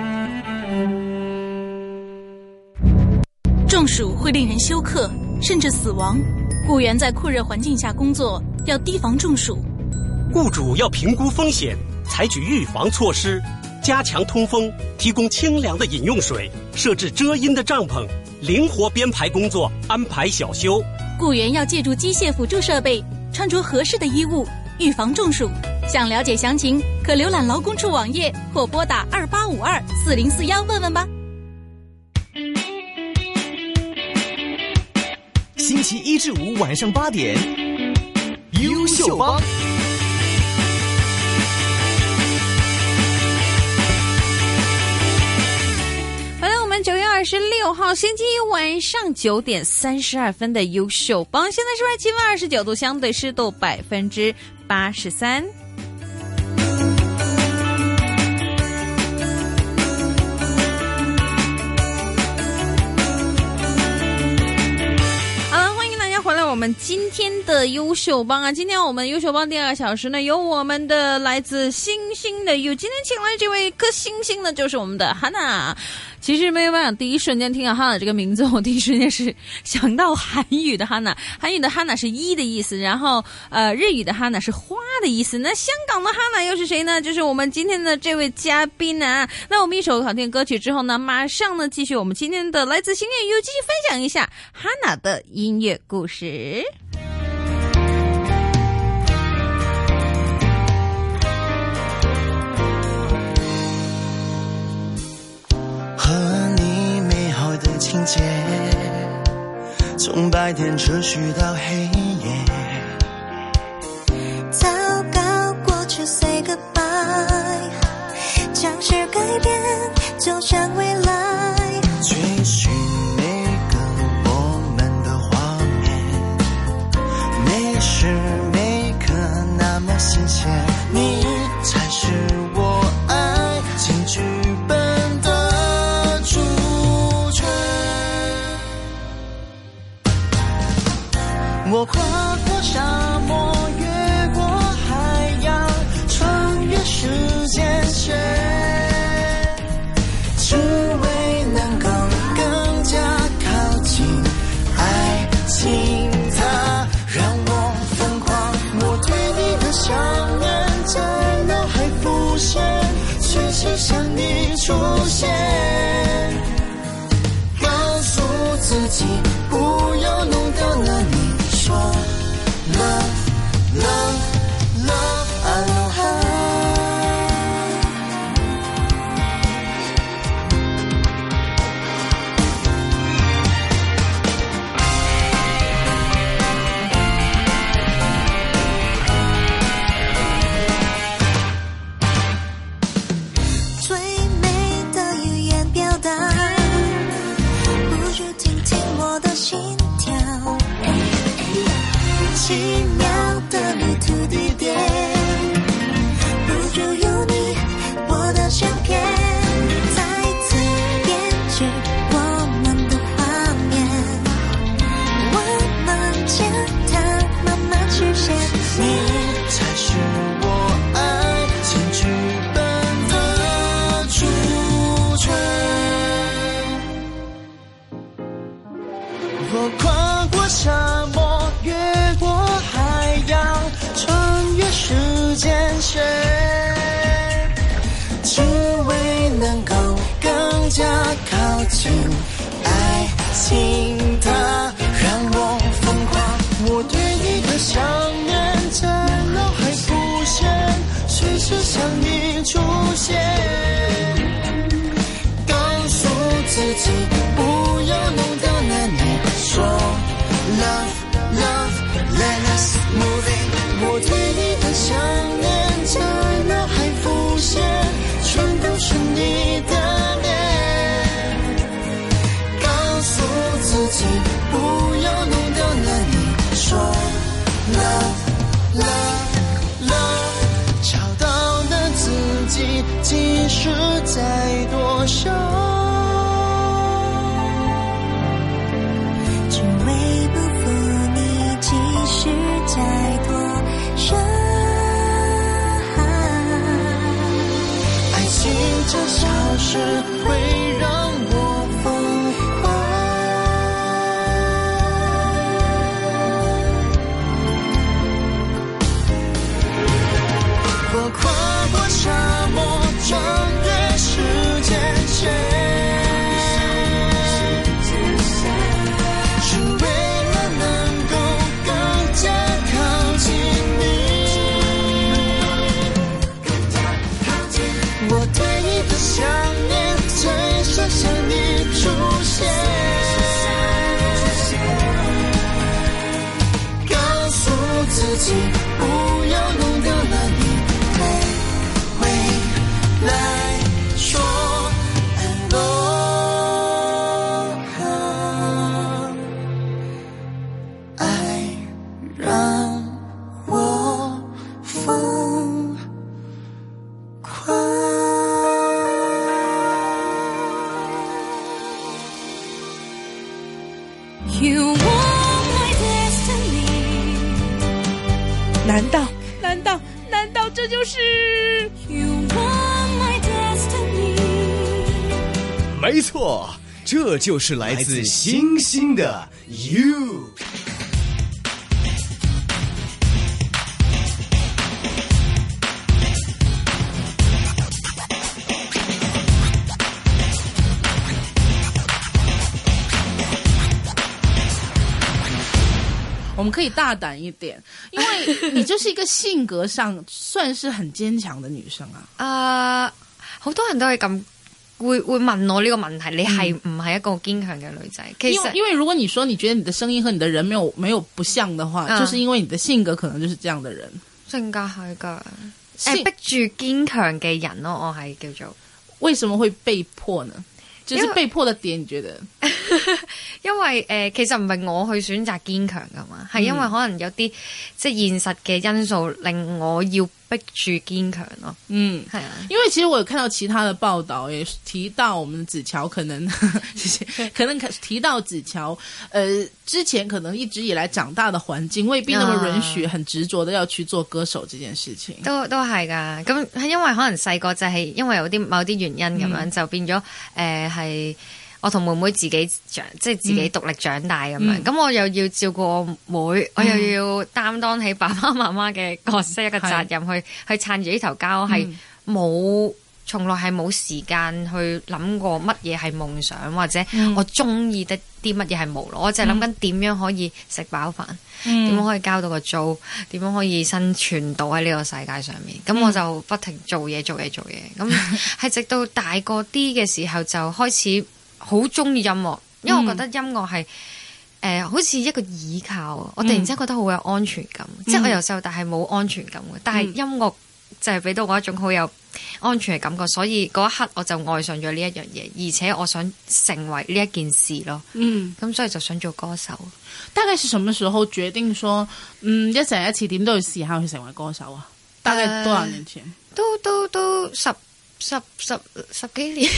中暑會令人休克，甚至死亡。雇員在酷熱環境下工作，要提防中暑。 雇主要評估風險，採取預防措施，加強通風，提供清涼的飲用水，設置遮陰的帳篷，靈活編排工作，安排小休。 雇員要借助機械輔助設備，穿着合適的衣物，預防中暑。想了解詳情，可瀏覽勞工處網頁或撥打28524041問問吧。 星期1至5晚上8點，優秀幫。 回到我們9月26號星期一晚上9點32分的優秀幫，現在室外氣溫29度，相對濕度83%。我們今天的優秀幫啊，今天我們優秀幫第2個小時呢，有我們的來自星星的有，今天請來這位顆星星呢，就是我們的 Hannah。其實沒有辦法，第一瞬間聽到 Hannah 這個名字，我第一瞬間是想到韓語的 Hannah， 韓語的 Hannah 是一的意思，然後日語的 Hannah 是花的意思。那香港的 Hannah 又是誰呢？就是我們今天的這位嘉賓啊。那我們一首好聽歌曲之後呢，馬上呢繼續我們今天的來自星月有繼續分享一下 Hannah 的音樂故事。 和你美好的情節，從白天持續到黑夜， 糟糕過去 say goodbye， 將是改變走向未來， 追尋每個我們的畫面，每時每刻那麼新鮮，你才是我愛情劇本的主角。我跨過沙漠，越過己，不要弄丢了你。说 Love Love Love Aloha。 心跳，奇妙的旅途地点，不如有你我的相片，再次编织我们的画面，我们将它慢慢实现。你才是我爱情剧本的主角。我跨过沙漠，越过海洋，穿越时间线，只为能够更加靠近爱情，它让我疯狂。我对你的想念在脑海浮现，随时向你出现，告诉自己不要弄丢了你。说 Love Love Let us move in。 我对你的想念在脑海浮现，全都是你的脸，告诉自己不要弄丢了你。说 Love Love Love， 找到了自己，即使在多少再多少爱情这小事会让我疯狂。我跨过沙漠，穿越时间线，想念最想向你出现，告诉自己不要弄丢了你。对未来说 Aloha， 爱让我疯狂。 You are my destiny。 难道这就是 You are my destiny。 没错，这就是来自星星的 You。 我们可以大胆一点，因為你就是一個性格上算是很堅強的女生啊。 好多人都係咁會問我呢個問題，你係唔係一個堅強嘅女仔？其實因為如果你說你覺得你的聲音和你的人沒有不像的話，就是因為你的性格可能就是這樣的人。 性格係㗎，逼住堅強嘅人咯，我係叫做。 為什麼會被迫呢？就是被迫的點，你覺得？ 因為其實唔係我去選擇堅強噶嘛，係因為可能有啲即係現實嘅因素令我要逼住堅強咯。 嗯，係啊，因為其實我有看到其他的報道，也提到我們子喬可能提到子喬，之前可能一直以來長大的環境未必那麼允許，很執着的要去做歌手這件事情。都係噶，咁係因為可能細個就係因為有啲某啲原因咁樣，就變咗係。我同妹妹自己即係自己獨力長大咁樣，咁我又要照顧我妹，我又要擔當起爸爸媽媽嘅角色一個責任，去撐住呢頭家，我係冇從來係冇時間去諗過乜嘢係夢想，或者我中意得啲乜嘢係無咯。我就係諗緊點樣可以食飽飯，點樣可以交到個租，點樣可以生存到喺呢個世界上面。咁我就不停做嘢。咁係直到大個啲嘅時候，就開始好中意音樂，因為我覺得音樂係好似一個倚靠。我突然之間覺得好有安全感，即係我由細到大係冇安全感嘅，但係音樂就係俾到我一種好有安全嘅感覺，所以嗰一刻我就愛上咗呢一樣嘢，而且我想成為呢一件事咯。咁所以就想做歌手。 大概是什麼時候決定說，一成一次點都要試下去成為歌手啊？大概多少年前？ 都十幾年，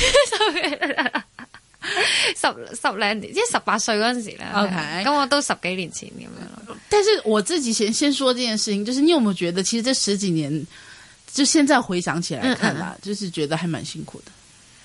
十零年，即係18歲嗰陣時咧。OK， 咁我都10幾年前咁樣咯。 但是我自己先說這件事情，就是你有沒有覺得，其實這10幾年，就現在回想起來看啦，就是覺得還蠻辛苦的。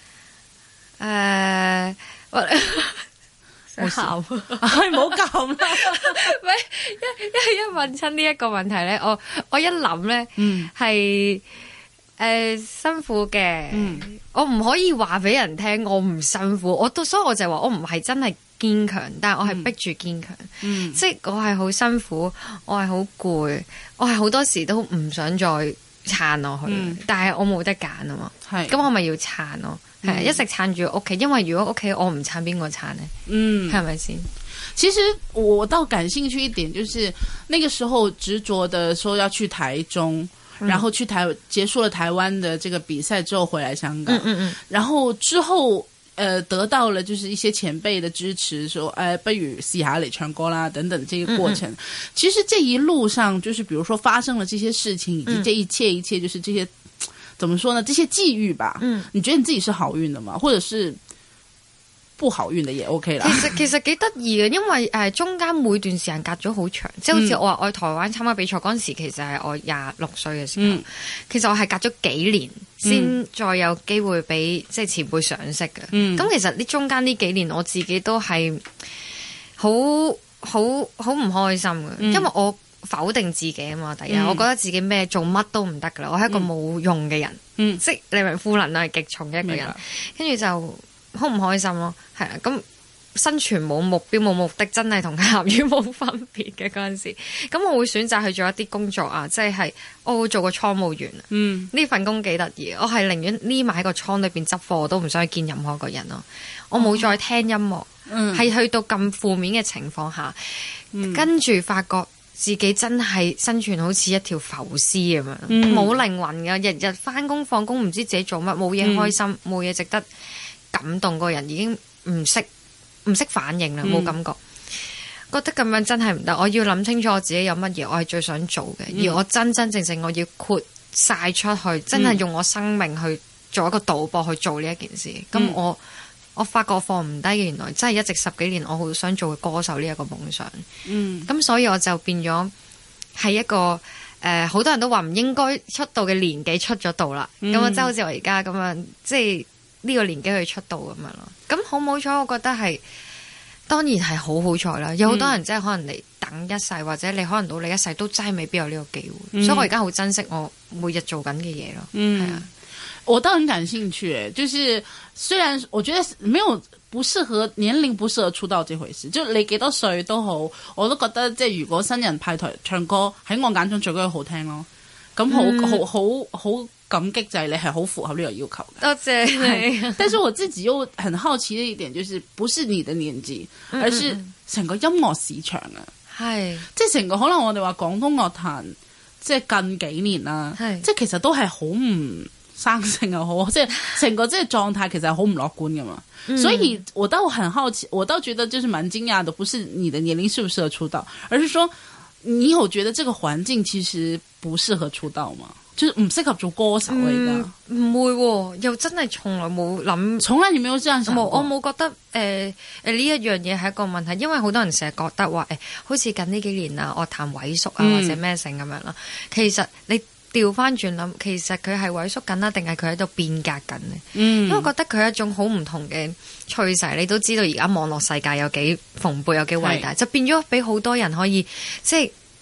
我喊， 唔好咁啦。 一問親呢一個問題咧，我一諗咧，係辛苦嘅。我唔可以話俾人聽我唔辛苦，所以我就話我唔係真係堅強，但係我係逼住堅強。即係我係好辛苦，我係好攰，我係好多時都唔想再撐落去，但係我冇得揀啊嘛。咁我咪要撐咯。一直撐住屋企，因為如果屋企我唔撐，邊個撐呢？係咪先？ 其實我倒感興趣一點，就是那個時候執着的說要去台中，然後結束了台灣的這個比賽之後回來香港，然後之後得到了就是一些前輩的支持，說不如試下嚟唱歌啦等等這個過程。其實這一路上，就是比如說發生了這些事情，以及這一切就是這些。怎麼說呢？這些際遇吧，你覺得你自己是好運的嗎？或者是不好運的也 OK 啦。 其實幾得意嘅，因為中間每段時間隔咗好長，即係好似我話我去台灣參加比賽嗰陣時，其實係我26歲嘅時候，其實我係隔咗幾年先再有機會俾即係前輩賞識嘅。咁其實呢中間呢幾年我自己都係好唔開心嘅，因為我否定自己啊嘛，第一，我覺得自己咩做乜都唔得噶啦，我係一個冇用嘅人，即係你明負能量係極重嘅一個人，跟住就好唔開心咯，係啊，咁生存冇目標冇目的，真係同鹹魚冇分別嘅嗰陣時，咁我會選擇去做一啲工作啊，即係我會做個倉務員，呢份工幾得意，我係寧願匿埋喺個倉裏邊執貨，我都唔想去見任何一個人咯，我冇再聽音樂，係去到咁負面嘅情況下，跟住發覺自己真係生存好似一條浮屍咁樣，冇靈魂㗎，日日返工放工唔知自己做乜，冇嘢開心，冇嘢值得感動，個人已經唔識反應啦，冇感覺，覺得咁樣真係唔得，我要諗清楚我自己有乜嘢我係最想做嘅，而我真真正正我要豁晒出去，真係用我生命去做一個賭博去做呢一件事，咁我發覺放唔低嘅，原來真係一直10幾年我好想做歌手呢一個夢想。咁所以我就變咗係一個好多人都話唔應該出道嘅年紀出咗道啦。咁啊，即係好似我而家咁樣，即係呢個年紀去出道咁樣咯。咁好唔好彩？我覺得係當然係好彩啦。有好多人真係可能嚟等一世，或者你可能到你一世都真係未必有呢個機會。所以我而家好珍惜我每日做緊嘅嘢咯。係啊。 我倒很感興趣，就是雖然我覺得沒有不適合年齡不適合出道這回事，就你幾多歲都好，我都覺得即係如果新人派台唱歌喺我眼中最緊要好聽咯，咁好感激就係你係好符合呢個要求嘅。 多謝你。 但是我自己又很好奇的一點就是，不是你的年紀，而是成個音樂市場啊，係即係成個可能我哋話廣東樂壇即係近幾年啦，即係其實都係好唔生性又好，即係成個即係狀態其實係好唔樂觀噶嘛，所以我倒很好奇，我倒覺得就是蠻驚訝的，不是你的年齡適不適合出道，而是說你有覺得這個環境其實不適合出道嗎？就是唔適合做歌手嚟噶？ 唔會，又真係從來冇諗， 從來你沒有這樣想過？ 我冇覺得呢一樣嘢係一個問題，因為好多人成日覺得話好似近呢幾年啊樂壇萎縮啊或者咩性咁樣啦，其實你調翻轉諗，其實佢係萎縮緊啦，定係佢喺度變革緊呢？因為我覺得佢係一種好唔同嘅趨勢，你都知道而家網絡世界有幾蓬勃，有幾偉大，就變咗俾好多人可以即係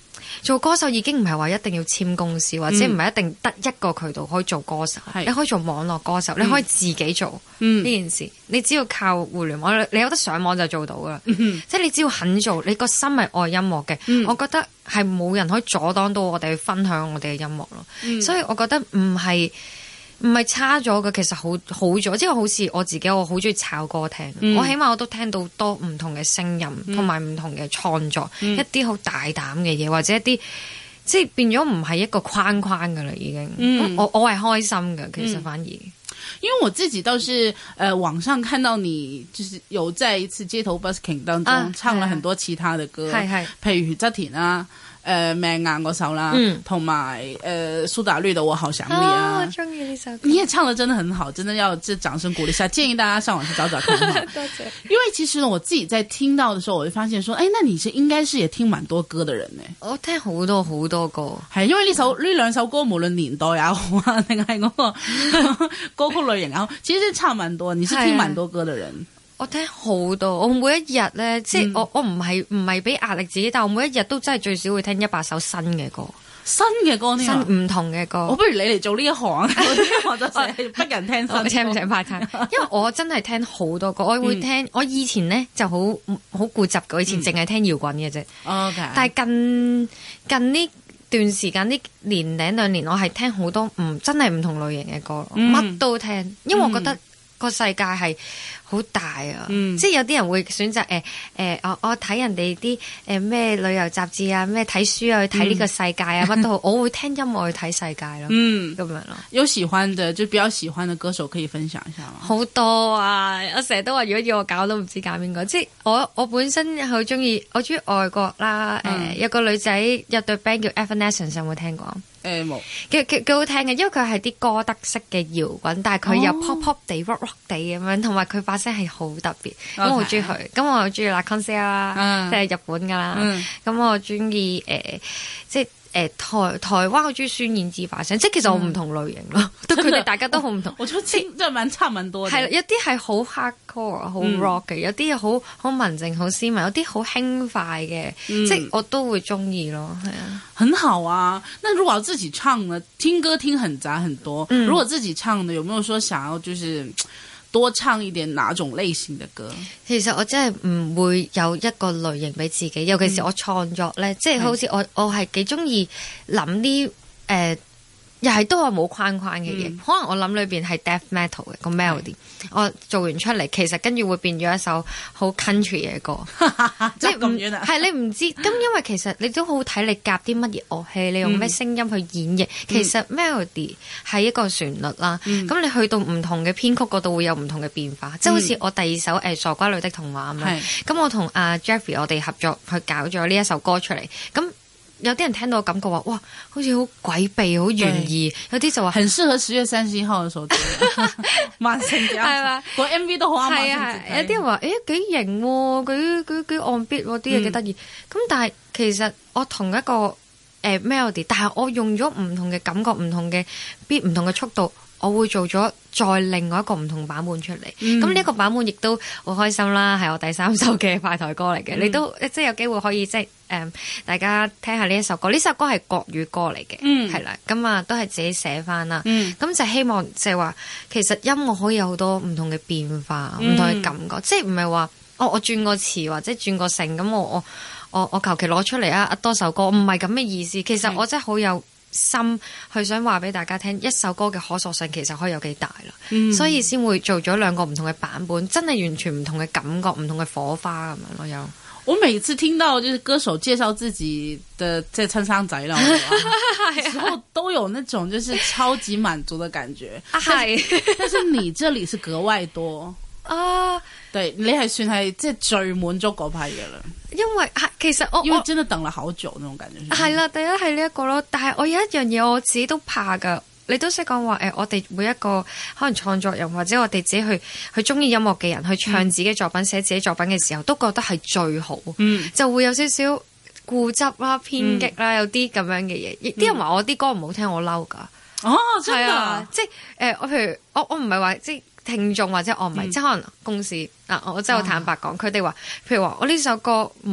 做歌手已經唔係話一定要簽公司，或者唔係一定得一個渠道可以做歌手，你可以做網絡歌手，你可以自己做呢件事，你只要靠互聯網，你有得上網就做到噶啦。即係你只要肯做，你個心係愛音樂嘅，我覺得係冇人可以阻擋到我哋去分享我哋嘅音樂咯。所以我覺得唔係差咗嘅，其實好咗。即係好似我自己，我好中意炒歌聽，我起碼我都聽到多唔同嘅聲音，同埋唔同嘅創作，一啲好大膽嘅嘢，或者一啲即係變咗唔係一個框框噶啦，已經。我係開心嘅，其實反而。 因為我自己倒是網上看到你就是有在一次街頭 busking 當中唱了很多其他的歌，譬如側田啊。命硬嗰首啦，同埋蘇打綠的我好想你啊， 我中意呢首歌， 你也唱得真的很好，真的要這掌聲鼓勵一下，建議大家上網去找找看。 多謝。 因為其實我自己在聽到的時候，我會發現說，那你是應該是也聽蠻多歌的人呢？ 我聽好多好多歌， 係因為呢兩首歌無論年代也好啊，定係嗰個歌曲類型也好，其實是唱蠻多，你是聽蠻多歌的人。 我聽好多，我每一日咧，即係我唔係俾壓力自己，但我每一日都真係最少會聽100首新嘅歌， 新嘅歌呢？ 唔同嘅歌。 我不如你嚟做呢一行，我就成日逼人聽新歌。 我請唔請 part time？因為我真係聽好多歌，我會聽。我以前咧就好固執嘅，以前淨係聽搖滾嘅啫。 Okay. 但係近呢段時間呢年零兩年，我係聽好多真係唔同類型嘅歌，乜都聽，因為我覺得個世界係好大啊！即係有啲人會選擇我睇人哋啲咩旅遊雜誌啊，咩睇書啊，去睇呢個世界啊，乜都好，我會聽音樂去睇世界咯。咁樣咯。有喜歡的就比較喜歡的歌手可以分享一下嗎？好多啊！我成日都話，如果要我搞都唔知揀邊個。即係我本身好中意，我中意外國啦。有個女仔有對 band 叫 Evanescence，有冇聽過？冇。幾好聽嘅，因為佢係啲歌德式嘅搖滾，但係佢又 pop 地 rock 地咁樣，同埋佢把聲係好特別，咁我好中意佢。咁我又中意 La Concert 啦，即係日本噶啦。咁我中意即係台灣我中意孫燕姿把聲，即係其實我唔同類型咯，佢哋大家都好唔同。我覺得即係蠻差蠻多。係啦，有啲係好 hardcore 好 rock 嘅，有啲好文靜好斯文，有啲好輕快嘅，即係我都會中意咯。係啊，很好啊。那如果自己唱呢？聽歌聽很雜很多，如果自己唱呢，有沒有說想要就是多唱一點哪種類型的歌？其實我真係唔會有一個類型俾自己，尤其是我創作咧，即係好似我係幾中意諗啲又係都係冇框框嘅嘢，可能我諗裏邊係 death metal 嘅個 melody，我做完出嚟，其實跟住會變咗一首好 country 嘅歌，即係咁遠啊！係你唔知，咁因為其實你都好睇你夾啲乜嘢樂器，你用咩聲音去演繹，其實 melody 係一個旋律啦，咁你去到唔同嘅編曲嗰度會有唔同嘅變化，即係好似我第二首傻瓜女的童話咁樣，咁我同阿 Jeffrey 我哋合作去搞咗呢一首歌出嚟，咁。有啲人聽到感覺話，哇，好似好詭秘、好懸疑，有啲就話很適合10月31號嘅時候做，萬聖節係嘛？個 MV 都好啱。係啊，有啲人話，幾型喎，幾 on beat 喎，啲嘢幾得意。咁但係其實我同一個melody，但係我用咗唔同嘅感覺、唔同嘅 beat、唔同嘅速度。我會做咗再另外一個唔同版本出嚟，咁呢一個版本亦都好開心啦，係我第3首嘅派台歌嚟嘅，你都即係有機會可以即係大家聽下呢一首歌，呢首歌係國語歌嚟嘅，係啦，咁啊都係自己寫翻啦，咁就希望就係話其實音樂可以有好多唔同嘅變化，唔同嘅感覺，即係唔係話我轉個詞或者轉個成咁我求其攞出嚟啊多首歌，唔係咁嘅意思，其實我真係好有心去想話俾大家聽，一首歌嘅可塑性其實可以有幾大啦，所以先會做咗2個唔同嘅版本，真係完全唔同嘅感覺，唔同嘅火花咁樣咯。有我每次聽到就是歌手介紹自己的在襯衫仔啦，時候都有那種就是超級滿足的感覺，但是你這裡是格外多啊，對，你係算係即係最滿足嗰批嘅啦。因為其實因為真的等了好久那種感覺。係啦，第一係呢一個咯，但係我有一樣嘢我自己都怕噶。你都識講話我哋每一個可能創作人或者我哋自己去中意音樂嘅人去唱自己作品、寫自己作品嘅時候，都覺得係最好，就會有少少固執啦、偏激啦，有啲咁樣嘅嘢。啲人話我啲歌唔好聽，我嬲噶。哦，真係啊，即係我譬如我唔係話即係聽眾或者我唔係，即係可能公司我真係好坦白講，佢哋話譬如話我呢首歌唔好聽，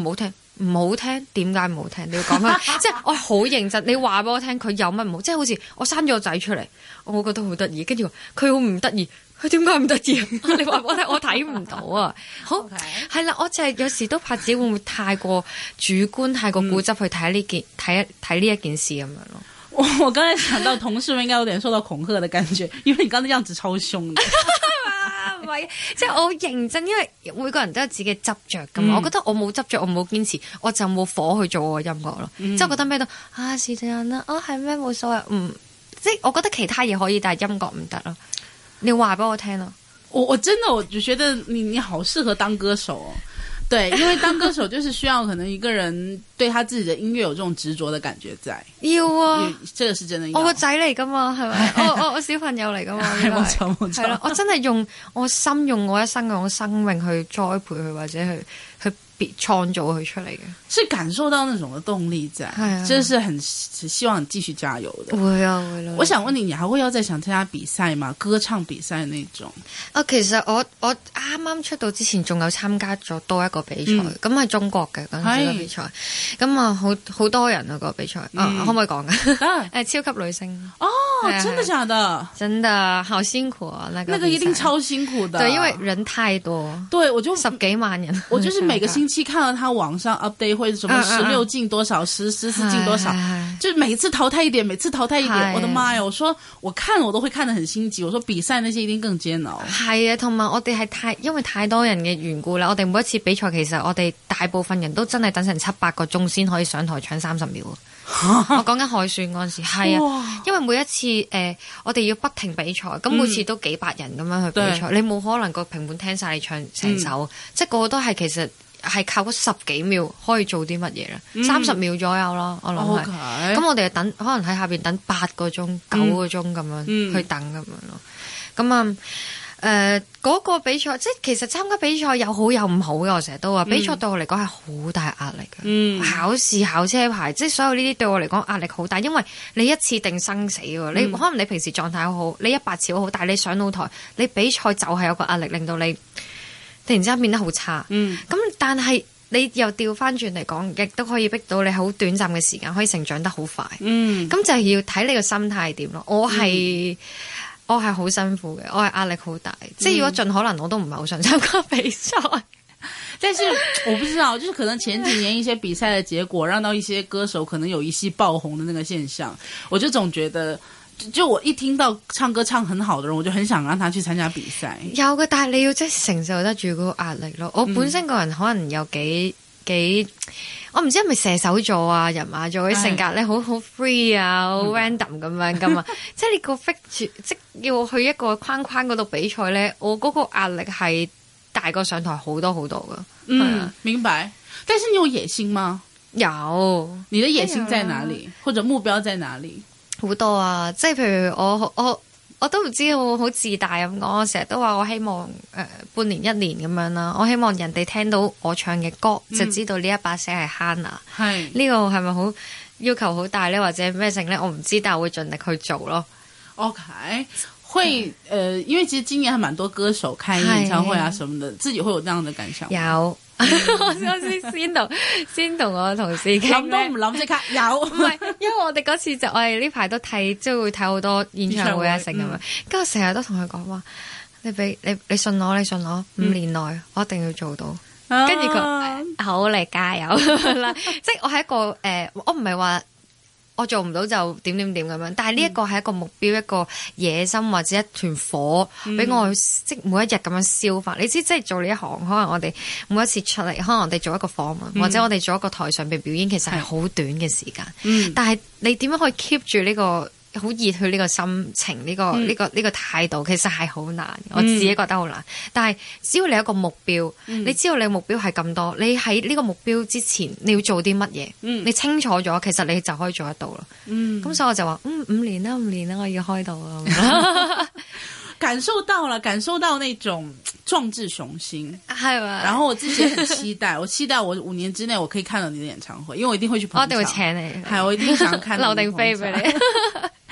唔好聽，點解唔好聽？你要講翻，即係我好認真，你話俾我聽佢有乜唔好，即係好似我生咗個仔出嚟，我覺得好得意，跟住話佢好唔得意，佢點解唔得意？你話俾我聽，我睇唔到啊！好係啦，我就係有時都怕自己會唔會太過主觀、太過固執去睇呢件睇呢一件事咁樣咯。 我剛才想到同事們應該有點受到恐嚇的感覺，因為你剛才樣子超兇的。 唔係，即係我好認真，因為每個人都有自己執着噶嘛。我覺得我冇執着，我冇堅持，我就冇火去做我嘅音樂咯。即係我覺得咩都是這樣啦，係咩冇所謂。即係我覺得其他嘢可以，但係音樂唔得咯。你話俾我聽咯。 我真的我就覺得你好適合當歌手哦。對，因為當歌手就是需要可能一個人對他自己的音樂有這種執着的感覺在。 要啊， 這個是真的要。 我個仔嚟噶嘛，係咪？我小朋友嚟噶嘛， 冇錯冇錯。 係啦，我真係用我心，用我一生嘅我生命去栽培佢，或者去創造佢出嚟嘅， 是感受到那種嘅動力在，真是很希望你繼續加油的。 會啊會啦。 我想問你，你還會要再想參加比賽嗎？歌唱比賽那種？ 其實我啱啱出道之前，仲有參加咗多一個比賽，咁係中國嘅嗰陣時嘅比賽，咁啊好多人啊個比賽，可唔可以講嘅？超級女聲哦，真的假的？ 真的好辛苦啊！那個一定超辛苦的， 對，因為人太多， 對我就 10幾萬人， 我就是每個星期看到他網上 update 會什麼16進多少，14進多少，就每次淘汰一點，每次淘汰一點，我的媽呀！我說我看我都會看得很心急，我說比賽那些一定更煎熬。係啊，同埋我哋係因為太多人嘅緣故啦，我哋每一次比賽其實我哋大部分人都真係等成7-8個鐘先可以上台唱30秒。我講緊海選嗰陣時，係啊，因為每一次我哋要不停比賽，咁每次都幾百人咁樣去比賽，你冇可能個評判聽晒你唱成首，即係個個都係其實係靠嗰10幾秒可以做啲乜嘢咧，30秒左右咯，我諗係。咁我哋等可能喺下邊等8個鐘、9個鐘咁樣去等咁樣咯。咁啊。嗰個比賽，即係其實參加比賽有好有唔好嘅，我成日都話比賽對我嚟講係好大壓力嘅。考試、考車牌，即係所有呢啲對我嚟講壓力好大，因為你一次定生死喎。你可能你平時狀態好好，你100次好好，但係你上到台，你比賽就係有個壓力，令到你突然之間變得好差。咁但係你又調翻轉嚟講，亦都可以逼到你好短暫嘅時間可以成長得好快。咁就係要睇你個心態點咯。我係好辛苦嘅，我係壓力好大，即係如果盡可能我都唔係好想參加比賽。 但是我不知道，就是可能前幾年一些比賽的結果，讓到一些歌手可能有一夕爆紅的那個現象，我就總覺得，就我一聽到唱歌唱很好的人，我就很想讓他去參加比賽。 有嘅，但係你要真係承受得住嗰個壓力咯。我本身個人可能有幾。我唔知係咪射手座啊、人馬座啲性格咧，好 free 啊，好 random 咁樣噶嘛。即係你個 fit 住，即要去一個框框嗰度比賽咧，我嗰個壓力係大過上台好多好多噶。 明白。但是你有野心嗎？ 有。 你的野心在哪裡？或者目標在哪裡？ 好多啊！即係譬如我都唔知，我好自大咁講。我成日都話我希望半年1年咁樣啦。我希望人哋聽到我唱嘅歌，就知道呢一把聲係 Hannah。係呢個係咪好要求好大咧，或者咩性咧？我唔知，但係我會盡力去做咯。 OK，會因為其實今年還蠻多歌手開演唱會啊什麼的，自己會有這樣的感想。 有。我先同我同事傾， 諗都唔諗即刻有， 唔係因為我哋嗰次就我哋呢排都睇，即係會睇好多演唱會啊成咁樣，跟住成日都同佢講話，你信我5年內我一定要做到，跟住佢好嚟加油啦，即係我係一個我唔係話。我做唔到就點咁樣，但係呢一個係一個目標，一個野心或者一團火，俾我即每一日咁樣燒發。你知即係做呢一行，可能我哋每一次出嚟，可能我哋做一個訪問，或者我哋做一個台上邊表演，其實係好短嘅時間。但係你點樣可以 keep 住呢個好熱血呢個心情，呢個態度，其實係好難。我自己覺得好難。但係只要你有一個目標，你知道你目標係咁多，你喺呢個目標之前你要做啲乜嘢，你清楚咗，其實你就可以做得到啦。咁所以我就話5年啦，我要開到啊！ 感受到那種壯志雄心， 係嘛？ 然後我自己很期待，我期待我5年之內我可以看到你的演唱會，因為我一定會去捧場。 我一定會請你， 係我一定想看留定飛俾你。 當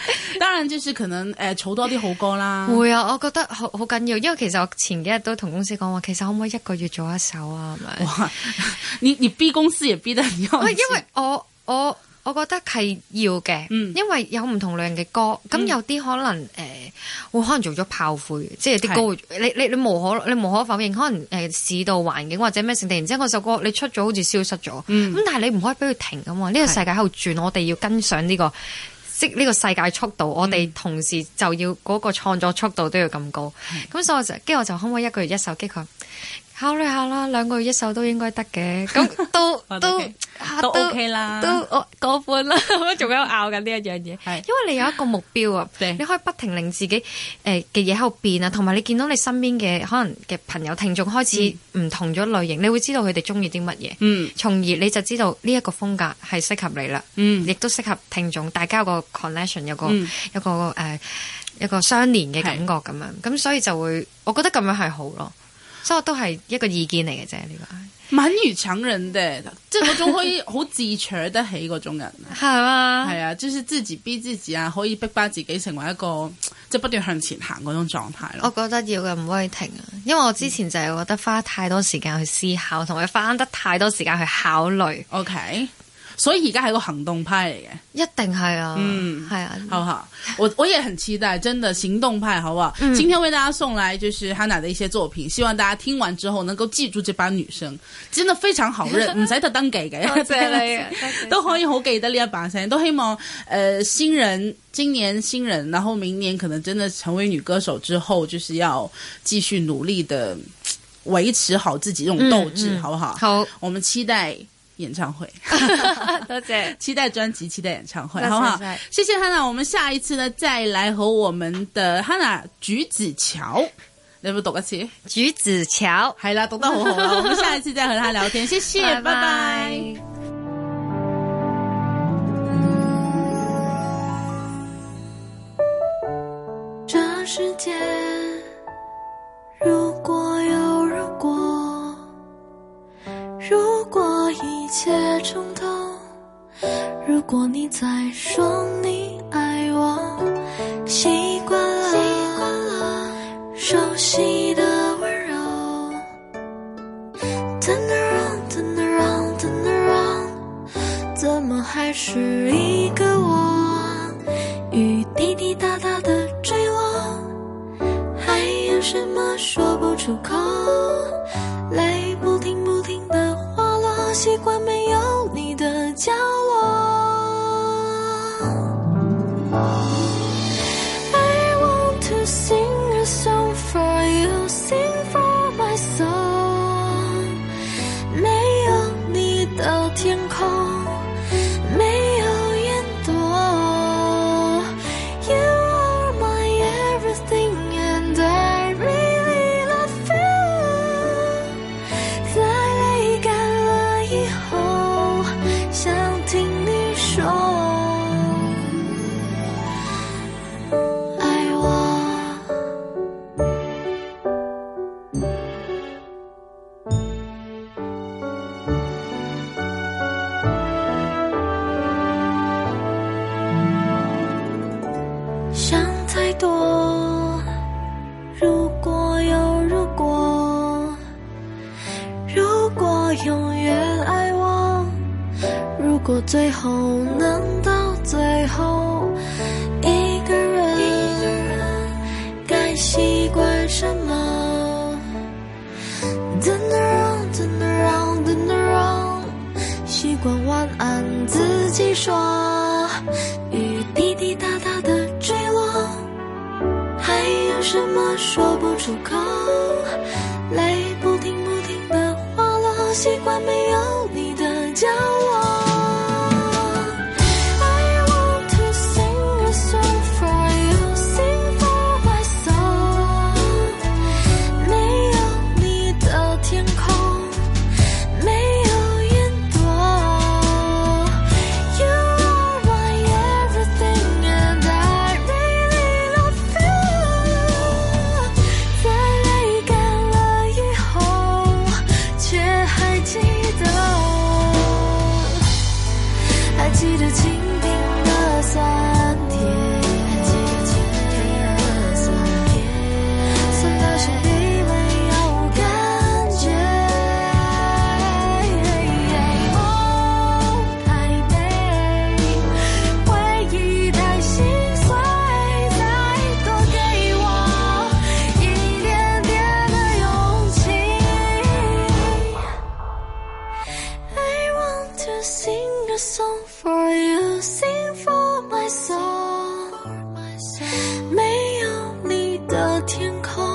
當然就是可能儲多啲好歌啦。 會啊，我覺得好緊要，因為其實我前幾日都同公司講話，其實可唔可以1個月做一首啊？係咪？哇！ 你逼公司也逼得很要緊。 因為我覺得係要嘅，因為有唔同類型嘅歌，咁有啲可能會可能做咗炮灰，即係啲歌你無可否認，可能市道環境或者咩成，突然之間嗰首歌你出咗好似消失咗，咁但係你唔可以俾佢停㗎嘛，呢個世界喺度轉，我哋要跟上呢個世界速度，我哋同時就要嗰個創作速度都要咁高，咁所以我就可唔可以1個月1首？跟佢考慮下啦，2個月1首都應該得嘅，咁都 OK 啦，都過半啦，我仲喺度拗緊呢一樣嘢，因為你有一個目標啊，你可以不停令自己嘅嘢喺度變啊，同埋你見到你身邊嘅可能嘅朋友聽眾開始唔同咗類型，你會知道佢哋中意啲乜嘢，從而你就知道呢一個風格係適合你啦，亦都適合聽眾，大家有個 connection， 有個相連嘅感覺咁樣，咁所以就會，我覺得咁樣係好咯。所以我都係一個意見嚟嘅啫，呢個蠻女強人的，即係嗰種可以好自取得起嗰種人， 係嘛？ 係啊，就是自己逼自己啊，可以逼巴自己成為一個即係不斷向前行嗰種狀態咯。 我覺得要嘅，唔可以停啊，因為我之前就係覺得花太多時間去思考，同埋花得太多時間去考慮。 OK。所以而家係個行動派嚟嘅， 一定係啊，係啊， 好不好？我也很期待，真的行動派，好不好？今天為大家送來就是 Hannah 的一些作品，希望大家聽完之後能夠記住這班女生，真的非常好認，唔使特登記嘅， 多謝你， 都可以好記得呢一把聲，都希望新人，今年新人，然後明年可能真的成為女歌手之後，就是要繼續努力的維持好自己這種鬥志，好不好？ 好， 我們期待演唱會， 多謝， 期待專輯，期待演唱會，好不好？謝謝 Hannah， 我們下一次呢再來和我們的 Hannah 橘子橋，你有冇讀一次？ 橘子橋， 係啦，讀得好好啦，我們下一次再和他聊天，謝謝，拜拜。 這世界如果有如果，如果一切重頭，如果你再說你愛我，習慣了熟悉的溫柔， Turn around, turn around, turn around， 怎麼還是一個我，雨滴滴答答的墜落，還有什麼說不出口，淚不停不停的滑落，習慣沒有你的角落。I want to sing a song for you, sing for my soul。 沒有你的天空，沒有雲朵， You are my everything and I really love you。 在淚乾了以後，想聽你說愛我。想太多，如果有如果，如果永遠愛我，如果最後能到最後，一個人該習慣什麼？ Turn around, turn around, turn around， 習慣晚安自己說，雨滴滴答答的墜落，還有什麼說不出口，淚不停不停的滑落，習慣沒有你的角落。I want to sing a song for you, sing for my soul。 沒有你的天空，沒有雲朵， You are my everything and I really love you。 在淚乾了以後，卻還記天空。